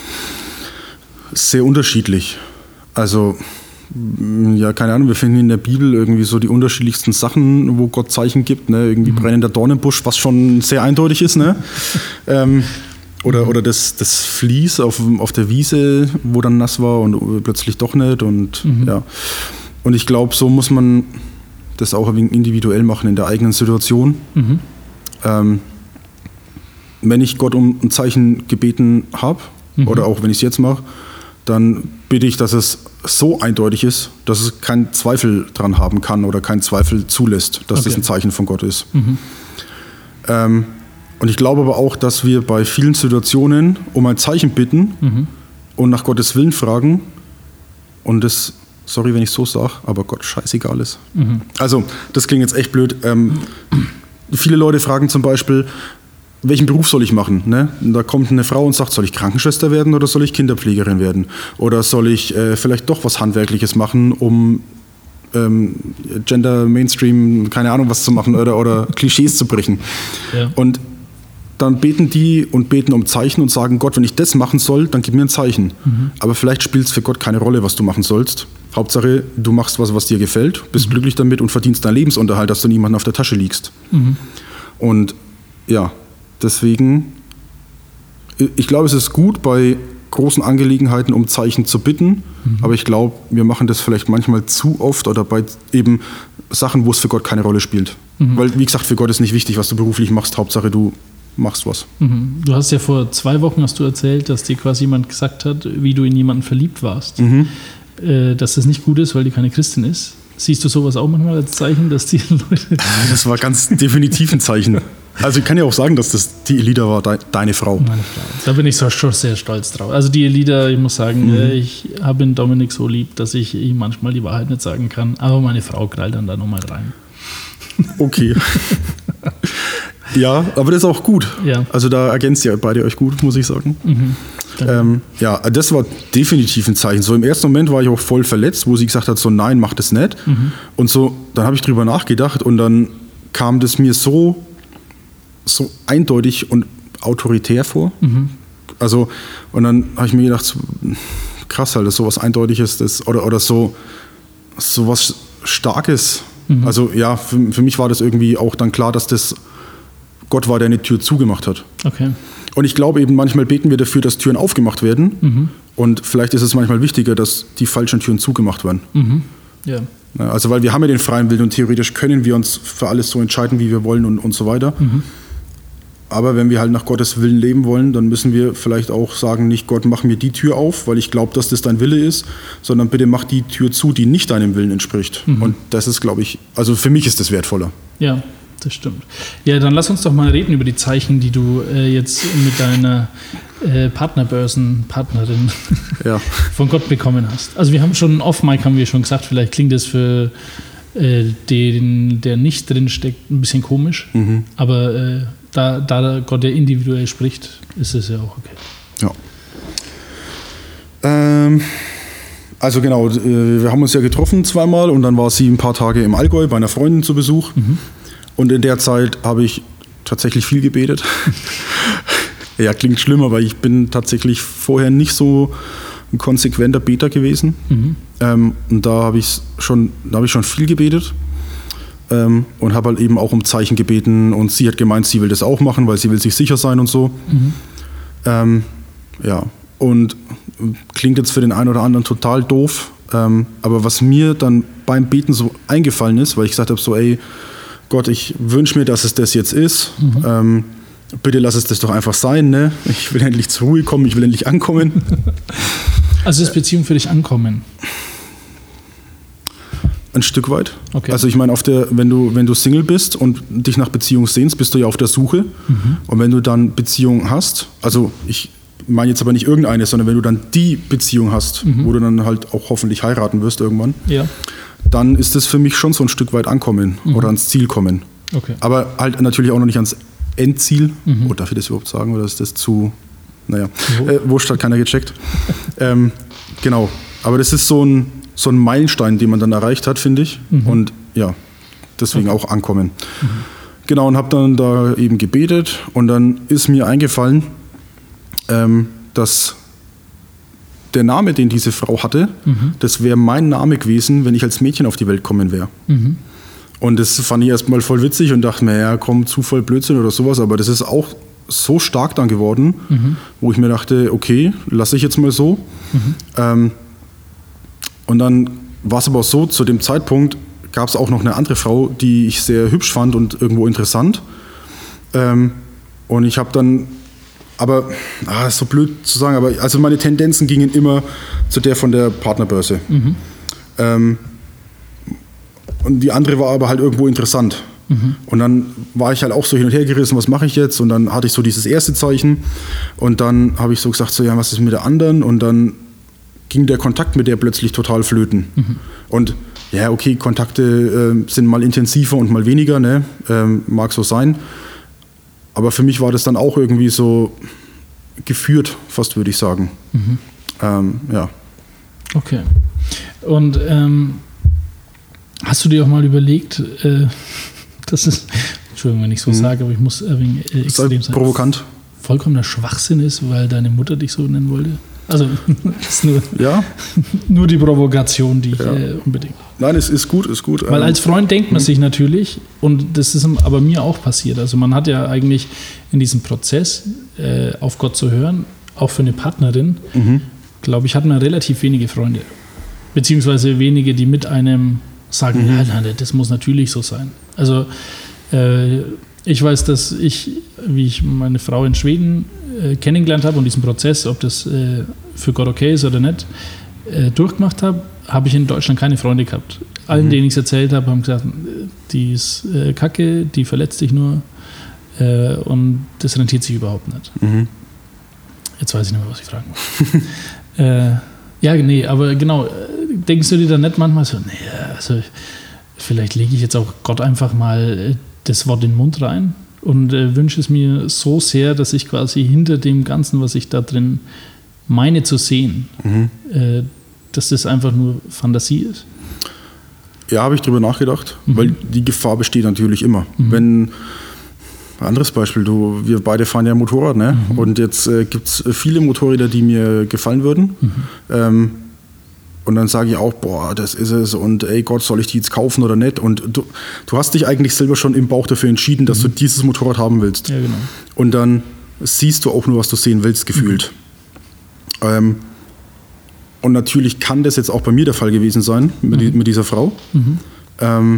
Sehr unterschiedlich. Also ja, keine Ahnung, wir finden in der Bibel irgendwie so die unterschiedlichsten Sachen, wo Gott Zeichen gibt, ne? Irgendwie mhm. brennender Dornenbusch, was schon sehr eindeutig ist, ne? ähm, oder, oder das, das Vlies auf, auf der Wiese, wo dann nass war und plötzlich doch nicht und mhm. ja. Und ich glaube, so muss man das auch ein wenig individuell machen in der eigenen Situation. Mhm. Ähm, wenn ich Gott um ein Zeichen gebeten habe, mhm. oder auch wenn ich es jetzt mache, dann bitte ich, dass es so eindeutig ist, dass es keinen Zweifel dran haben kann oder keinen Zweifel zulässt, dass okay. das ein Zeichen von Gott ist. Mhm. Ähm, und ich glaube aber auch, dass wir bei vielen Situationen um ein Zeichen bitten mhm. und nach Gottes Willen fragen und das, sorry, wenn ich so sage, aber Gott scheißegal ist. Mhm. Also, das klingt jetzt echt blöd. Ähm, viele Leute fragen zum Beispiel, welchen Beruf soll ich machen? Ne? Da kommt eine Frau und sagt, soll ich Krankenschwester werden oder soll ich Kinderpflegerin werden? Oder soll ich äh, vielleicht doch was Handwerkliches machen, um ähm, Gender, Mainstream, keine Ahnung was zu machen oder, oder Klischees zu brechen. Ja. Und dann beten die und beten um Zeichen und sagen, Gott, wenn ich das machen soll, dann gib mir ein Zeichen. Mhm. Aber vielleicht spielt es für Gott keine Rolle, was du machen sollst. Hauptsache, du machst was, was dir gefällt, bist mhm. glücklich damit und verdienst deinen Lebensunterhalt, dass du niemanden auf der Tasche liegst. Mhm. Und ja, deswegen, ich glaube, es ist gut, bei großen Angelegenheiten um Zeichen zu bitten, mhm. aber ich glaube, wir machen das vielleicht manchmal zu oft oder bei eben Sachen, wo es für Gott keine Rolle spielt. Mhm. Weil, wie gesagt, für Gott ist nicht wichtig, was du beruflich machst, Hauptsache du machst was. Mhm. Du hast ja vor zwei Wochen hast du erzählt, dass dir quasi jemand gesagt hat, wie du in jemanden verliebt warst, mhm. äh, dass das nicht gut ist, weil die keine Christin ist. Siehst du sowas auch manchmal als Zeichen, dass die Leute... Das war ganz definitiv ein Zeichen. Also ich kann ja auch sagen, dass das die Elida war, de- deine Frau. Meine Frau. Da bin ich so, schon sehr stolz drauf. Also die Elida, ich muss sagen, mhm. ich habe den Dominik so lieb, dass ich ihm manchmal die Wahrheit nicht sagen kann, aber meine Frau knallt dann da nochmal rein. Okay. Ja, aber das ist auch gut. Ja. Also da ergänzt ihr beide euch gut, muss ich sagen. Mhm. Ähm, ja, das war definitiv ein Zeichen. So im ersten Moment war ich auch voll verletzt, wo sie gesagt hat, so nein, mach das nicht. Mhm. Und so, dann habe ich drüber nachgedacht und dann kam das mir so, so eindeutig und autoritär vor. Mhm. Also, und dann habe ich mir gedacht, so, krass halt, das ist sowas Eindeutiges, das, oder, oder so, so was Starkes. Mhm. Also ja, für, für mich war das irgendwie auch dann klar, dass das Gott war, der eine Tür zugemacht hat. Okay. Und ich glaube eben, manchmal beten wir dafür, dass Türen aufgemacht werden. Mhm. Und vielleicht ist es manchmal wichtiger, dass die falschen Türen zugemacht werden. Mhm. Ja. Also weil wir haben ja den freien Willen und theoretisch können wir uns für alles so entscheiden, wie wir wollen und, und so weiter. Mhm. Aber wenn wir halt nach Gottes Willen leben wollen, dann müssen wir vielleicht auch sagen, nicht Gott, mach mir die Tür auf, weil ich glaube, dass das dein Wille ist, sondern bitte mach die Tür zu, die nicht deinem Willen entspricht. Mhm. Und das ist, glaube ich, also für mich ist das wertvoller. Ja, das stimmt. Ja, dann lass uns doch mal reden über die Zeichen, die du äh, jetzt mit deiner äh, Partnerbörsenpartnerin ja. von Gott bekommen hast. Also wir haben schon, off-Mic haben wir schon gesagt, vielleicht klingt das für äh, den, der nicht drin steckt, ein bisschen komisch, mhm. aber äh, da, da Gott ja individuell spricht, ist es ja auch okay. Ja. Ähm, also genau, wir haben uns ja getroffen zweimal und dann war sie ein paar Tage im Allgäu bei einer Freundin zu Besuch. Mhm. Und in der Zeit habe ich tatsächlich viel gebetet. Ja, klingt schlimm, aber ich bin tatsächlich vorher nicht so ein konsequenter Beter gewesen. Mhm. Ähm, und da habe ich schon, da habe ich schon viel gebetet. Ähm, und habe halt eben auch um Zeichen gebeten und sie hat gemeint, sie will das auch machen, weil sie will sich sicher sein und so. Mhm. Ähm, ja, und klingt jetzt für den einen oder anderen total doof, ähm, aber was mir dann beim Beten so eingefallen ist, weil ich gesagt habe so, ey, Gott, ich wünsche mir, dass es das jetzt ist, mhm. ähm, bitte lass es das doch einfach sein, ne? Ich will endlich zur Ruhe kommen, ich will endlich ankommen. Also ist Beziehung für dich ankommen? Ein Stück weit. Okay. Also ich meine, auf der, wenn du, wenn du Single bist und dich nach Beziehung sehnst, bist du ja auf der Suche. Mhm. Und wenn du dann Beziehung hast, also ich meine jetzt aber nicht irgendeine, sondern wenn du dann die Beziehung hast, mhm. wo du dann halt auch hoffentlich heiraten wirst irgendwann, ja. dann ist das für mich schon so ein Stück weit ankommen mhm. oder ans Ziel kommen. Okay. Aber halt natürlich auch noch nicht ans Endziel. Mhm. Oh, darf ich das überhaupt sagen? Oder ist das zu, naja, oh. äh, wurscht, hat keiner gecheckt. ähm, genau, aber das ist so ein so ein Meilenstein, den man dann erreicht hat, finde ich. Mhm. Und ja, deswegen okay. auch ankommen. Mhm. Genau, und habe dann da eben gebetet und dann ist mir eingefallen, ähm, dass der Name, den diese Frau hatte, mhm. das wäre mein Name gewesen, wenn ich als Mädchen auf die Welt kommen wäre. Mhm. Und das fand ich erstmal voll witzig und dachte mir, ja komm, Zufall, Blödsinn oder sowas, aber das ist auch so stark dann geworden, mhm. wo ich mir dachte, okay, lasse ich jetzt mal so. Mhm. Ähm, Und dann war es aber auch so, zu dem Zeitpunkt gab es auch noch eine andere Frau, die ich sehr hübsch fand und irgendwo interessant. Ähm, und ich habe dann, aber, ah, ist so blöd zu sagen, aber also meine Tendenzen gingen immer zu der von der Partnerbörse. Mhm. Ähm, und die andere war aber halt irgendwo interessant. Mhm. Und dann war ich halt auch so hin und her gerissen, was mache ich jetzt? Und dann hatte ich so dieses erste Zeichen und dann habe ich so gesagt, so, ja, was ist mit der anderen? Und dann ging der Kontakt mit der plötzlich total flöten. Mhm. Und ja, okay, Kontakte äh, sind mal intensiver und mal weniger, ne? ähm, mag so sein. Aber für mich war das dann auch irgendwie so geführt, fast würde ich sagen. Mhm. Ähm, ja. Okay. Und ähm, Hast du dir auch mal überlegt, äh, das ist, Entschuldigung, wenn ich so mhm. sage, aber ich muss äh, wegen, äh, extrem sein. Provokant. Vollkommener Schwachsinn ist, weil deine Mutter dich so nennen wollte? Also, das ist nur, ja. nur die Provokation, die ich ja. äh, unbedingt. Nein, es ist gut, ist gut. Weil als Freund denkt man sich natürlich, und das ist aber mir auch passiert, also man hat ja eigentlich in diesem Prozess, äh, auf Gott zu hören, auch für eine Partnerin, mhm. glaube ich, hat man relativ wenige Freunde. Beziehungsweise wenige, die mit einem sagen, mhm. nein, nein, das muss natürlich so sein. Also äh, ich weiß, dass ich, wie ich meine Frau in Schweden äh, kennengelernt habe und diesen Prozess, ob das äh, für Gott okay ist oder nicht, äh, durchgemacht habe, habe ich in Deutschland keine Freunde gehabt. Allen, mhm. denen ich es erzählt habe, haben gesagt, die ist äh, kacke, die verletzt dich nur äh, und das rentiert sich überhaupt nicht. Mhm. Jetzt weiß ich nicht mehr, was ich fragen muss. äh, ja, nee, aber genau, denkst du dir dann nicht manchmal so, nee, also vielleicht lege ich jetzt auch Gott einfach mal das Wort in den Mund rein und äh, wünsche es mir so sehr, dass ich quasi hinter dem Ganzen, was ich da drin meine zu sehen, mhm. äh, dass das einfach nur Fantasie ist? Ja, habe ich drüber nachgedacht, mhm. weil die Gefahr besteht natürlich immer. Mhm. Wenn, ein anderes Beispiel, du, wir beide fahren ja Motorrad, ne? Mhm. Und jetzt äh, gibt es viele Motorräder, die mir gefallen würden. Mhm. Ähm, und dann sage ich auch, boah, das ist es und ey Gott, soll ich die jetzt kaufen oder nicht? Und du, du hast dich eigentlich selber schon im Bauch dafür entschieden, dass mhm. du dieses Motorrad haben willst. Ja, genau. Und dann siehst du auch nur, was du sehen willst, gefühlt. Mhm. Ähm, Und natürlich kann das jetzt auch bei mir der Fall gewesen sein, mit, mhm. mit dieser Frau. Mhm. Ähm,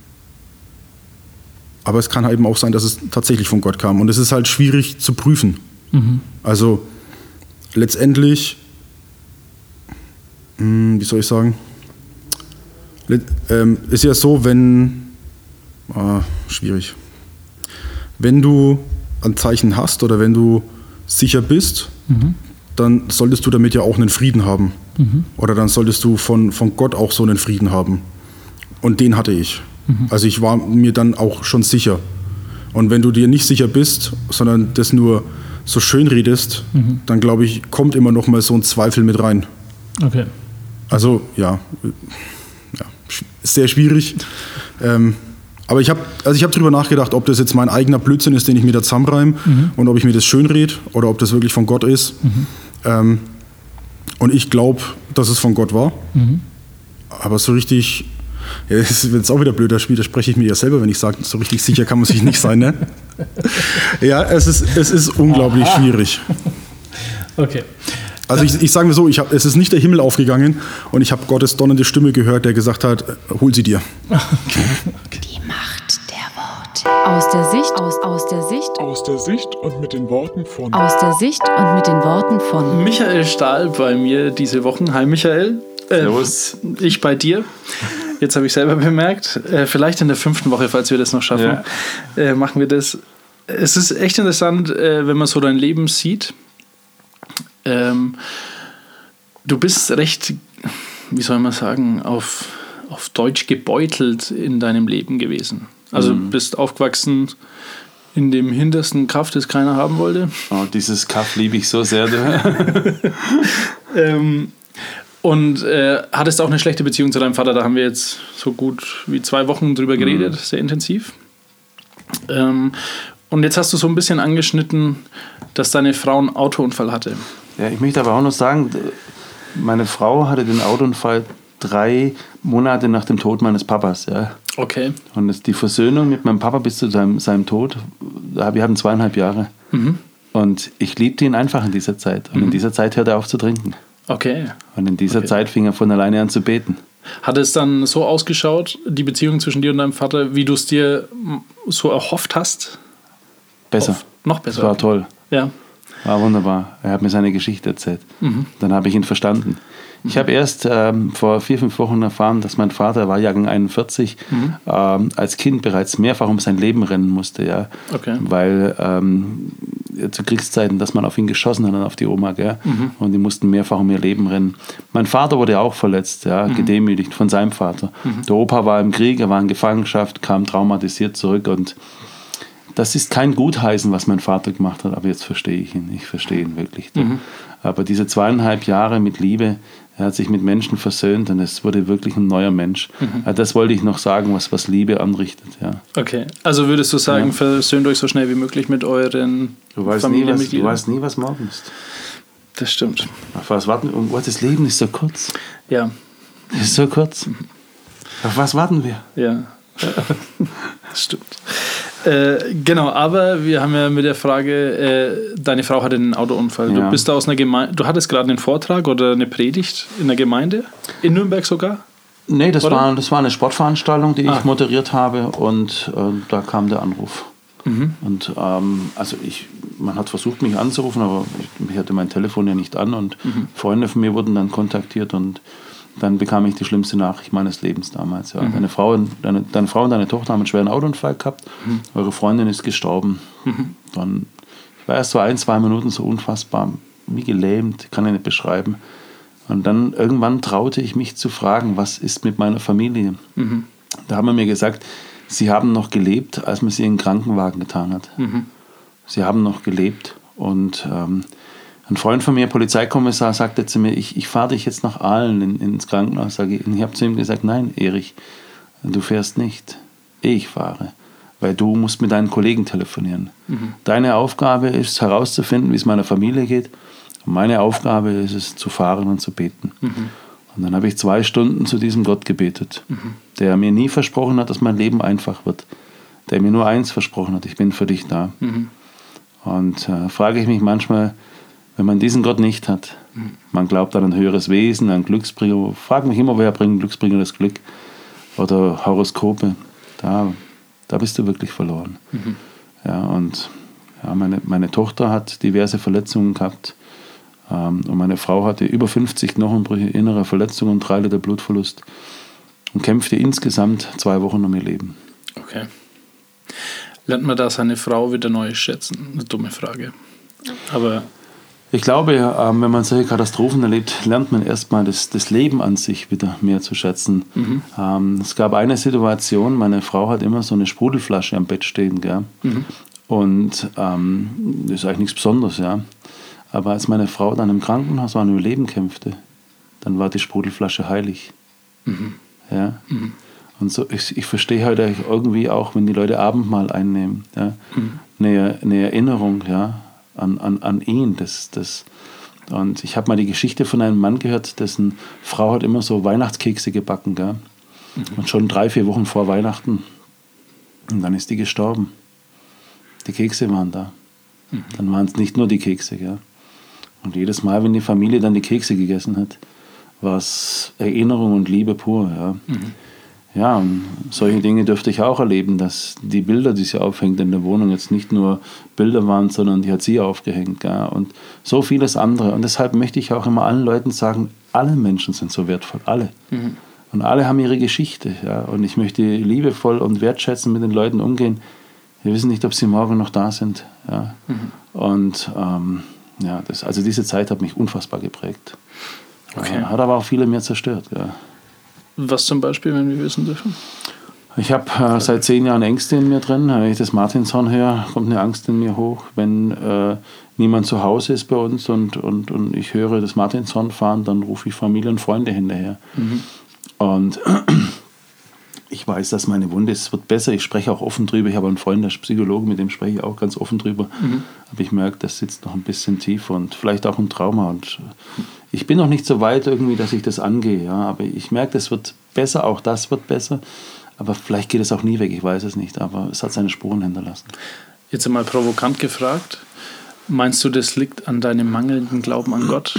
aber es kann halt eben auch sein, dass es tatsächlich von Gott kam. Und es ist halt schwierig zu prüfen. Mhm. Also letztendlich, mh, wie soll ich sagen, Let, ähm, ist ja so, wenn, ah, schwierig, wenn du ein Zeichen hast oder wenn du sicher bist, mhm. dann solltest du damit ja auch einen Frieden haben. Mhm. Oder dann solltest du von, von Gott auch so einen Frieden haben. Und den hatte ich. Mhm. Also ich war mir dann auch schon sicher. Und wenn du dir nicht sicher bist, sondern das nur so schön redest, mhm. dann glaube ich, kommt immer noch mal so ein Zweifel mit rein. Okay. Also ja, ja sehr schwierig. ähm, aber ich habe also ich hab drüber nachgedacht, ob das jetzt mein eigener Blödsinn ist, den ich mir da zusammenreime mhm. und ob ich mir das schön rede oder ob das wirklich von Gott ist. Mhm. Ähm, und ich glaube, dass es von Gott war. Mhm. Aber so richtig, ja, das ist jetzt auch wieder blöd, da spreche ich mir ja selber, wenn ich sage, so richtig sicher kann man sich nicht sein. Ne? Ja, es ist, es ist unglaublich Aha. schwierig. Okay. Also ich, ich sage mir so, ich hab, es ist nicht der Himmel aufgegangen und ich habe Gottes donnernde Stimme gehört, der gesagt hat, hol sie dir. Okay. Okay. Die Macht der Worte. Aus der Sicht, aus, aus der Sicht, aus der Sicht und mit den Worten von. Aus der Sicht und mit den Worten von. Michael Stahl bei mir diese Wochen. Hi Michael. Äh, Servus. Ich bei dir. Jetzt habe ich selber bemerkt, äh, vielleicht in der fünften Woche, falls wir das noch schaffen, ja. äh, machen wir das. Es ist echt interessant, äh, wenn man so dein Leben sieht. Ähm, du bist recht, wie soll man sagen, auf, auf Deutsch gebeutelt in deinem Leben gewesen. Also mhm. bist aufgewachsen in dem hintersten Kaff, das keiner haben wollte. Oh, dieses Kaff liebe ich so sehr. ähm, und äh, hattest auch eine schlechte Beziehung zu deinem Vater. Da haben wir jetzt so gut wie zwei Wochen drüber geredet, mhm. sehr intensiv. Ähm, und jetzt hast du so ein bisschen angeschnitten, dass deine Frau einen Autounfall hatte. Ja, ich möchte aber auch noch sagen, meine Frau hatte den Autounfall drei Monate nach dem Tod meines Papas. Ja. Okay. Und das, die Versöhnung mit meinem Papa bis zu seinem, seinem Tod, wir hatten zweieinhalb Jahre. Mhm. Und ich liebte ihn einfach in dieser Zeit. Und mhm. in dieser Zeit hörte er auf zu trinken. Okay. Und in dieser okay. Zeit fing er von alleine an zu beten. Hat es dann so ausgeschaut, die Beziehung zwischen dir und deinem Vater, wie du es dir so erhofft hast? Besser. Auf, noch besser. Das war toll. Ja. War wunderbar. Er hat mir seine Geschichte erzählt. Mhm. Dann habe ich ihn verstanden. Ich habe erst ähm, vor vier, fünf Wochen erfahren, dass mein Vater, war Jahrgang einundvierzig, mhm. ähm, als Kind bereits mehrfach um sein Leben rennen musste. Ja? Okay. Weil ähm, zu Kriegszeiten, dass man auf ihn geschossen hat und auf die Oma. Gell? Mhm. Und die mussten mehrfach um ihr Leben rennen. Mein Vater wurde auch verletzt, ja? mhm. gedemütigt von seinem Vater. Mhm. Der Opa war im Krieg, er war in Gefangenschaft, kam traumatisiert zurück. Und das ist kein Gutheißen, was mein Vater gemacht hat, aber jetzt verstehe ich ihn. Ich verstehe ihn wirklich. Mhm. Aber diese zweieinhalb Jahre mit Liebe, Er hat sich mit Menschen versöhnt und es wurde wirklich ein neuer Mensch. Mhm. Das wollte ich noch sagen, was, was Liebe anrichtet. Ja. Okay, also würdest du sagen, ja. versöhnt euch so schnell wie möglich mit euren du weißt Familienmitgliedern? Nie, was, du weißt nie, was morgen ist. Das stimmt. Auf was warten wir? Oh, das Leben ist so kurz. Ja. Das ist so kurz. Auf was warten wir? Ja, das stimmt. Äh, genau, aber wir haben ja mit der Frage, äh, deine Frau hatte einen Autounfall. Ja. Du bist da aus einer Gemeinde, du hattest gerade einen Vortrag oder eine Predigt in der Gemeinde, in Nürnberg sogar? Nee, das, war, das war eine Sportveranstaltung, die ah. ich moderiert habe und äh, da kam der Anruf. Mhm. Und ähm, also ich, man hat versucht, mich anzurufen, aber ich, ich hatte mein Telefon ja nicht an und mhm. Freunde von mir wurden dann kontaktiert und dann bekam ich die schlimmste Nachricht meines Lebens damals. Ja. Mhm. Deine, Frau, deine, deine Frau und deine Tochter haben einen schweren Autounfall gehabt. Mhm. Eure Freundin ist gestorben. Mhm. Dann, ich war erst so ein, zwei Minuten so unfassbar wie gelähmt, kann ich nicht beschreiben. Und dann irgendwann traute ich mich zu fragen, was ist mit meiner Familie? Mhm. Da haben wir mir gesagt, sie haben noch gelebt, als man sie in den Krankenwagen getan hat. Mhm. Sie haben noch gelebt und ähm, ein Freund von mir, Polizeikommissar, sagte zu mir, ich, ich fahre dich jetzt nach Aalen in, ins Krankenhaus. Und ich habe zu ihm gesagt, nein, Erich, du fährst nicht. Ich fahre, weil du musst mit deinen Kollegen telefonieren. Mhm. Deine Aufgabe ist herauszufinden, wie es meiner Familie geht. Und meine Aufgabe ist es, zu fahren und zu beten. Mhm. Und dann habe ich zwei Stunden zu diesem Gott gebetet, mhm. der mir nie versprochen hat, dass mein Leben einfach wird. Der mir nur eins versprochen hat, ich bin für dich da. Mhm. Und äh, frage ich mich manchmal, wenn man diesen Gott nicht hat, mhm. man glaubt an ein höheres Wesen, an Glücksbringer, frag mich immer, wer bringt Glücksbringer das Glück? Oder Horoskope, da, da bist du wirklich verloren. Mhm. Ja, und ja, meine, meine Tochter hat diverse Verletzungen gehabt ähm, und meine Frau hatte über fünfzig Knochenbrüche, innere Verletzungen und drei Liter Blutverlust und kämpfte insgesamt zwei Wochen um ihr Leben. Okay. Lernt man da seine Frau wieder neu schätzen? Eine dumme Frage. Aber ich glaube, ähm, wenn man solche Katastrophen erlebt, lernt man erstmal das, das Leben an sich wieder mehr zu schätzen. Mhm. Ähm, es gab eine Situation, meine Frau hat immer so eine Sprudelflasche am Bett stehen. Gell? Mhm. Und ähm, das ist eigentlich nichts Besonderes. Ja? Aber als meine Frau dann im Krankenhaus war und im Leben kämpfte, dann war die Sprudelflasche heilig. Mhm. Ja? Mhm. Und so, ich, ich verstehe heute irgendwie auch, wenn die Leute Abendmahl einnehmen, ja? mhm. eine, eine Erinnerung, ja? An, an, an ihn. Das, das. Und ich habe mal die Geschichte von einem Mann gehört, dessen Frau hat immer so Weihnachtskekse gebacken. Gell? Mhm. Und schon drei, vier Wochen vor Weihnachten. Und dann ist die gestorben. Die Kekse waren da. Mhm. Dann waren es nicht nur die Kekse. Gell? Und jedes Mal, wenn die Familie dann die Kekse gegessen hat, war es Erinnerung und Liebe pur. Ja. Mhm. Ja, und solche Dinge dürfte ich auch erleben, dass die Bilder, die sie aufhängt in der Wohnung, jetzt nicht nur Bilder waren, sondern die hat sie aufgehängt. Ja, und so vieles andere. Und deshalb möchte ich auch immer allen Leuten sagen, alle Menschen sind so wertvoll, alle. Mhm. Und alle haben ihre Geschichte. Ja, und ich möchte liebevoll und wertschätzend mit den Leuten umgehen. Wir wissen nicht, ob sie morgen noch da sind. Ja. Mhm. Und ähm, ja, das, also diese Zeit hat mich unfassbar geprägt. Okay. Äh, hat aber auch viele mehr zerstört. Ja. Was zum Beispiel, wenn wir wissen dürfen? Ich habe äh, seit zehn Jahren Ängste in mir drin. Wenn ich das Martinshorn höre, kommt eine Angst in mir hoch. Wenn äh, niemand zu Hause ist bei uns und, und, und ich höre das Martinshorn fahren, dann rufe ich Familie und Freunde hinterher. Mhm. Und ich weiß, dass meine Wunde ist, es wird besser. Ich spreche auch offen drüber. Ich habe einen Freund, der ist Psychologe, mit dem spreche ich auch ganz offen drüber. Mhm. Aber ich merke, das sitzt noch ein bisschen tiefer und vielleicht auch ein Trauma. Und ich bin noch nicht so weit irgendwie, dass ich das angehe. Ja. Aber ich merke, das wird besser, auch das wird besser. Aber vielleicht geht es auch nie weg, ich weiß es nicht. Aber es hat seine Spuren hinterlassen. Jetzt einmal provokant gefragt. Meinst du, das liegt an deinem mangelnden Glauben an Gott?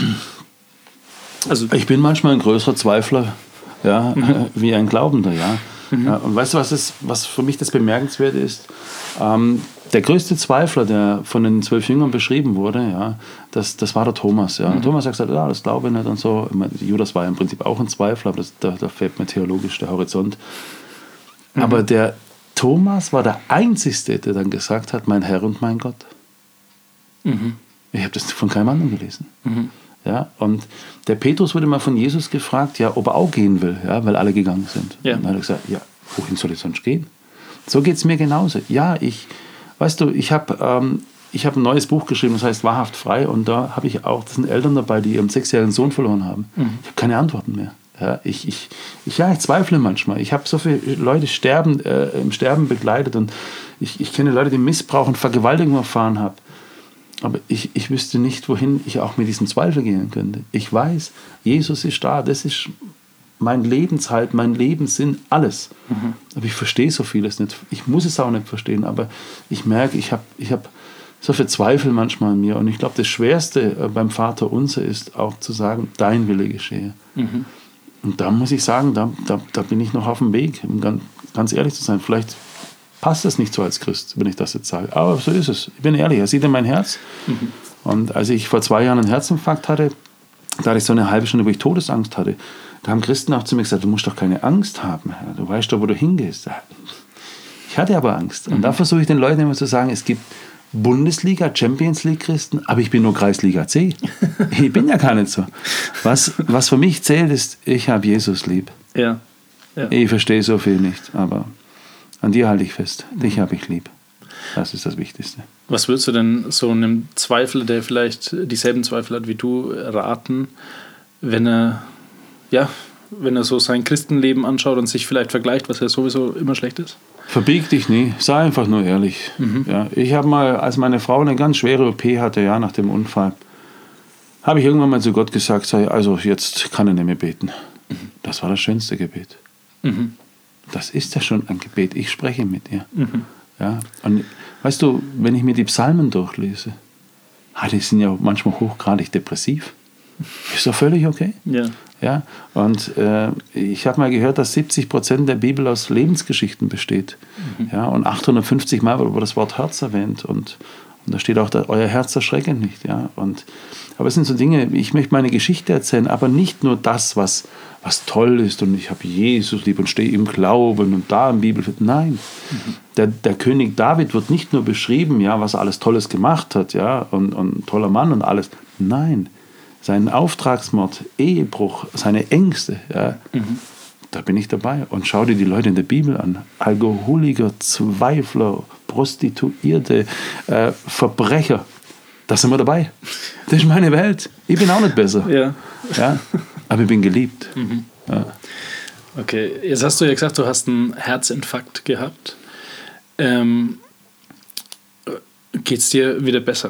Also ich bin manchmal ein größerer Zweifler, ja, mhm. wie ein Glaubender, ja. Mhm. Ja, und weißt du, was, ist, was für mich das Bemerkenswerte ist? Ähm, der größte Zweifler, der von den zwölf Jüngern beschrieben wurde, ja, das, das war der Thomas. Ja. Mhm. Thomas hat gesagt, ja, das glaube ich nicht und so. Ich meine, Judas war im Prinzip auch ein Zweifler, aber das, da, da fällt mir theologisch der Horizont. Mhm. Aber der Thomas war der Einzige, der dann gesagt hat, mein Herr und mein Gott. Mhm. Ich habe das von keinem anderen gelesen. Mhm. Ja, und der Petrus wurde mal von Jesus gefragt, ja, ob er auch gehen will, ja, weil alle gegangen sind. Ja. Und dann hat er gesagt, ja, wohin soll ich sonst gehen? So geht es mir genauso. Ja, ich, weißt du, ich habe ähm, ich habe ein neues Buch geschrieben, das heißt Wahrhaft frei. Und da habe ich auch, das sind Eltern dabei, die ihren sechsjährigen Sohn verloren haben. Mhm. Ich habe keine Antworten mehr. Ja, ich, ich, ich, ja, ich zweifle manchmal. Ich habe so viele Leute sterben, äh, im Sterben begleitet und ich, ich kenne Leute, die Missbrauch und Vergewaltigung erfahren haben. Aber ich, ich wüsste nicht, wohin ich auch mit diesem Zweifel gehen könnte. Ich weiß, Jesus ist da, das ist mein Lebenshalt, mein Lebenssinn, alles. Mhm. Aber ich verstehe so vieles nicht. Ich muss es auch nicht verstehen, aber ich merke, ich habe ich hab so viel Zweifel manchmal in mir. Und ich glaube, das Schwerste beim Vater Unser ist auch zu sagen, dein Wille geschehe. Mhm. Und da muss ich sagen, da, da, da bin ich noch auf dem Weg, um ganz, ganz ehrlich zu sein. Vielleicht passt das nicht so als Christ, wenn ich das jetzt sage. Aber so ist es. Ich bin ehrlich, er sieht in mein Herz. Mhm. Und als ich vor zwei Jahren einen Herzinfarkt hatte, da hatte ich so eine halbe Stunde, wo ich Todesangst hatte, da haben Christen auch zu mir gesagt, du musst doch keine Angst haben. Du weißt doch, wo du hingehst. Ich hatte aber Angst. Und mhm. da versuche ich den Leuten immer zu sagen, es gibt Bundesliga, Champions League Christen, aber ich bin nur Kreisliga C. Ich bin ja gar nicht so. Was, was für mich zählt, ist, ich habe Jesus lieb. Ja. Ja. Ich verstehe so viel nicht, aber an dir halte ich fest. Dich habe ich lieb. Das ist das Wichtigste. Was würdest du denn so einem Zweifler, der vielleicht dieselben Zweifel hat wie du, raten, wenn er, ja, wenn er so sein Christenleben anschaut und sich vielleicht vergleicht, was ja sowieso immer schlecht ist? Verbieg dich nie, sei einfach nur ehrlich. Mhm. Ja, ich habe mal, als meine Frau eine ganz schwere O P hatte, ja, nach dem Unfall, habe ich irgendwann mal zu Gott gesagt, sei, also jetzt kann er nicht mehr beten. Mhm. Das war das schönste Gebet. Mhm. Das ist ja schon ein Gebet, ich spreche mit ihr. Mhm. Ja, und weißt du, wenn ich mir die Psalmen durchlese, ah, die sind ja manchmal hochgradig depressiv. Ist doch völlig okay. Ja. Ja, und äh, ich habe mal gehört, dass siebzig Prozent der Bibel aus Lebensgeschichten besteht. Mhm. Ja, und achthundertfünfzig Mal wird das Wort Herz erwähnt. Und, und da steht auch, da, euer Herz erschrecke nicht. Ja, und, aber es sind so Dinge, ich möchte meine Geschichte erzählen, aber nicht nur das, was, was toll ist und ich habe Jesus lieb und stehe im Glauben und da im Bibel. Nein, mhm. der, der König David wird nicht nur beschrieben, ja, was er alles Tolles gemacht hat, ja, und, und ein toller Mann und alles. Nein, seinen Auftragsmord, Ehebruch, seine Ängste, ja, mhm. da bin ich dabei. Und schau dir die Leute in der Bibel an. Alkoholiker, Zweifler, Prostituierte, äh, Verbrecher. Da sind wir dabei. Das ist meine Welt. Ich bin auch nicht besser. Ja. Ja, aber ich bin geliebt. Mhm. Ja. Okay, jetzt hast du ja gesagt, du hast einen Herzinfarkt gehabt. Ähm, Geht es dir wieder besser?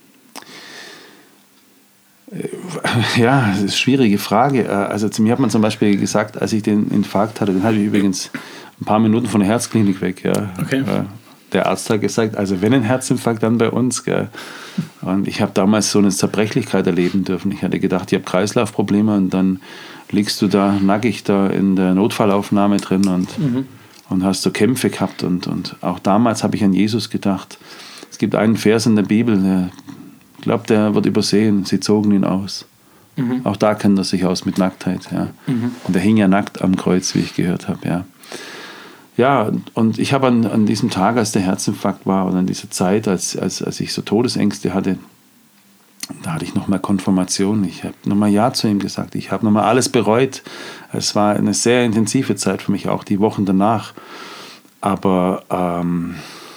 Ja, das ist eine schwierige Frage. Also zu mir hat man zum Beispiel gesagt, als ich den Infarkt hatte, den hatte ich übrigens ein paar Minuten von der Herzklinik weg. Ja. Okay. Der Arzt hat gesagt, also wenn ein Herzinfarkt, dann bei uns. Gell. Und ich habe damals so eine Zerbrechlichkeit erleben dürfen. Ich hatte gedacht, ich habe Kreislaufprobleme und dann liegst du da nackig da in der Notfallaufnahme drin und, mhm. und hast so Kämpfe gehabt. Und, und auch damals habe ich an Jesus gedacht. Es gibt einen Vers in der Bibel, der Ich glaube, der wird übersehen. Sie zogen ihn aus. Mhm. Auch da kennt er sich aus mit Nacktheit. Ja. Mhm. Und der hing ja nackt am Kreuz, wie ich gehört habe. Ja, ja und ich habe an, an diesem Tag, als der Herzinfarkt war, oder an dieser Zeit, als, als, als ich so Todesängste hatte, da hatte ich nochmal Konfirmation. Ich habe nochmal Ja zu ihm gesagt. Ich habe nochmal alles bereut. Es war eine sehr intensive Zeit für mich, auch die Wochen danach. Aber ähm,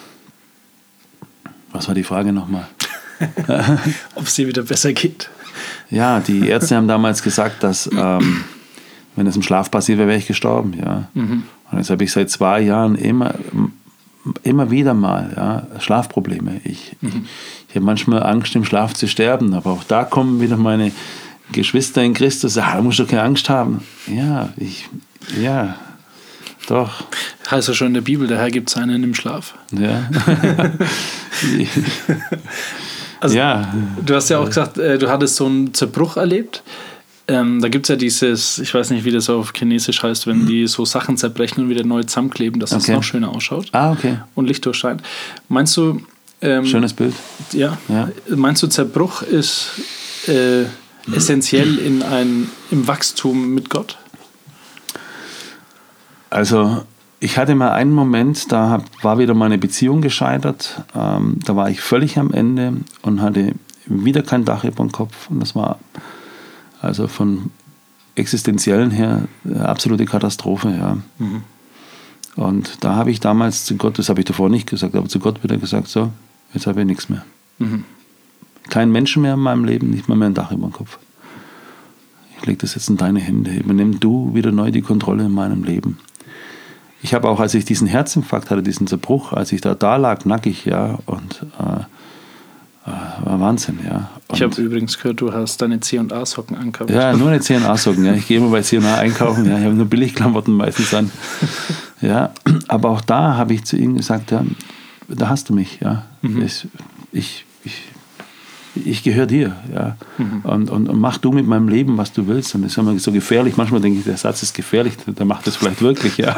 was war die Frage nochmal? Ob es dir wieder besser geht. Ja, die Ärzte haben damals gesagt, dass ähm, wenn es im Schlaf passiert wäre, wäre ich gestorben. Ja. Mhm. Und jetzt habe ich seit zwei Jahren immer, immer wieder mal ja, Schlafprobleme. Ich, mhm. ich, ich habe manchmal Angst, im Schlaf zu sterben, aber auch da kommen wieder meine Geschwister in Christus. Ah, da musst du keine Angst haben. Ja, ich, ja, doch. Heißt ja schon in der Bibel, der Herr gibt seinen im Schlaf. Ja. Also, ja. Du hast ja auch gesagt, du hattest so einen Zerbruch erlebt. Ähm, da gibt es ja dieses, ich weiß nicht, wie das auf Chinesisch heißt, wenn die so Sachen zerbrechen und wieder neu zusammenkleben, dass es okay. noch schöner ausschaut. Ah, okay. Und Licht durchscheint. Meinst du... Ähm, Schönes Bild. Ja. ja. Meinst du, Zerbruch ist äh, essentiell in ein, im Wachstum mit Gott? Also... Ich hatte mal einen Moment, da war wieder meine Beziehung gescheitert. Ähm, da war ich völlig am Ende und hatte wieder kein Dach über dem Kopf. Und das war also von existenziellen her eine absolute Katastrophe. Ja. Mhm. Und da habe ich damals zu Gott, das habe ich davor nicht gesagt, aber zu Gott wieder gesagt, so, jetzt habe ich nichts mehr. Mhm. Kein Menschen mehr in meinem Leben, nicht mal mehr ein Dach über dem Kopf. Ich lege das jetzt in deine Hände. Übernimm du wieder neu die Kontrolle in meinem Leben. Ich habe auch, als ich diesen Herzinfarkt hatte, diesen Zerbruch, als ich da, da lag, nackig, ja, und äh, äh, war Wahnsinn, ja. Und ich habe übrigens gehört, du hast deine C und A-Socken angehabt. Ja, nur eine C und A-Socken, ja. Ich gehe immer bei C und A einkaufen, ja. Ich habe nur Billigklamotten meistens an. Ja, aber auch da habe ich zu ihm gesagt, ja, da hast du mich, ja. Mhm. Ich, ich, ich Ich gehöre dir, ja. Mhm. Und, und, und mach du mit meinem Leben, was du willst. Und das ist immer so gefährlich. Manchmal denke ich, der Satz ist gefährlich, der macht das vielleicht wirklich, ja.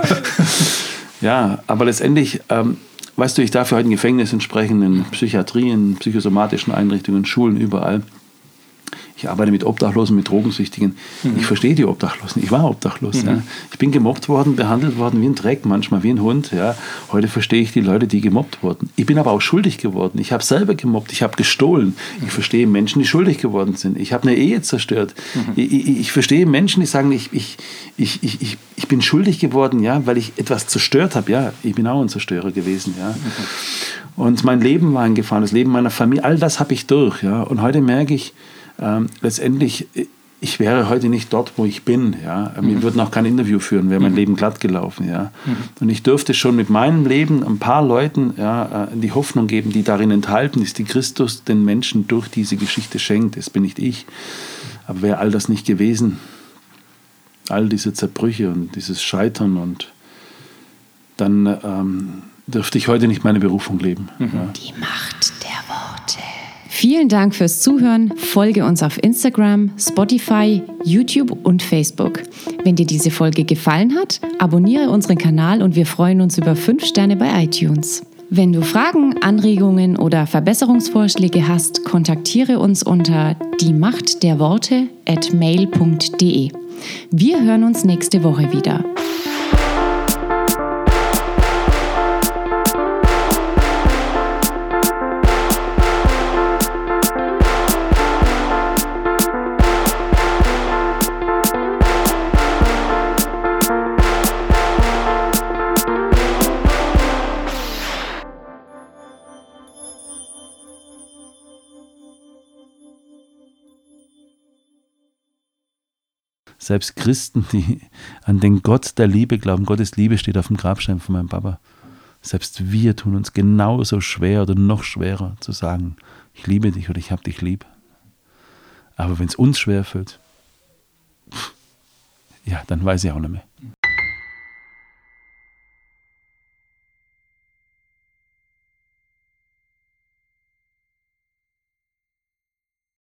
Ja, aber letztendlich, ähm, weißt du, ich darf ja heute in Gefängnissen sprechen, in Psychiatrien, psychosomatischen Einrichtungen, Schulen, überall. Ich arbeite mit Obdachlosen, mit Drogensüchtigen. Mhm. Ich verstehe die Obdachlosen. Ich war obdachlos. Mhm. Ja. Ich bin gemobbt worden, behandelt worden wie ein Dreck, manchmal wie ein Hund. Ja. Heute verstehe ich die Leute, die gemobbt wurden. Ich bin aber auch schuldig geworden. Ich habe selber gemobbt, ich habe gestohlen. Mhm. Ich verstehe Menschen, die schuldig geworden sind. Ich habe eine Ehe zerstört. Mhm. Ich, ich, ich verstehe Menschen, die sagen, ich, ich, ich, ich, ich, ich bin schuldig geworden, ja, weil ich etwas zerstört habe. Ja, ich bin auch ein Zerstörer gewesen. Ja. Mhm. Und mein Leben war eingefahren, das Leben meiner Familie, all das habe ich durch. Ja. Und heute merke ich, Ähm, letztendlich, ich wäre heute nicht dort, wo ich bin. Ja. Wir mhm. würden auch kein Interview führen, wäre mein mhm. Leben glatt gelaufen. Ja. Mhm. Und ich dürfte schon mit meinem Leben ein paar Leuten ja, die Hoffnung geben, die darin enthalten ist, die Christus den Menschen durch diese Geschichte schenkt. Das bin nicht ich. Aber wäre all das nicht gewesen, all diese Zerbrüche und dieses Scheitern, und dann ähm, dürfte ich heute nicht meine Berufung leben. Mhm. Ja. Die Macht der Worte. Vielen Dank fürs Zuhören. Folge uns auf Instagram, Spotify, YouTube und Facebook. Wenn dir diese Folge gefallen hat, abonniere unseren Kanal und wir freuen uns über fünf Sterne bei iTunes. Wenn du Fragen, Anregungen oder Verbesserungsvorschläge hast, kontaktiere uns unter diemachtderworte at mail punkt de. Wir hören uns nächste Woche wieder. Selbst Christen, die an den Gott der Liebe glauben, Gottes Liebe steht auf dem Grabstein von meinem Papa. Selbst wir tun uns genauso schwer oder noch schwerer zu sagen, ich liebe dich oder ich habe dich lieb. Aber wenn es uns schwerfällt, ja, dann weiß ich auch nicht mehr.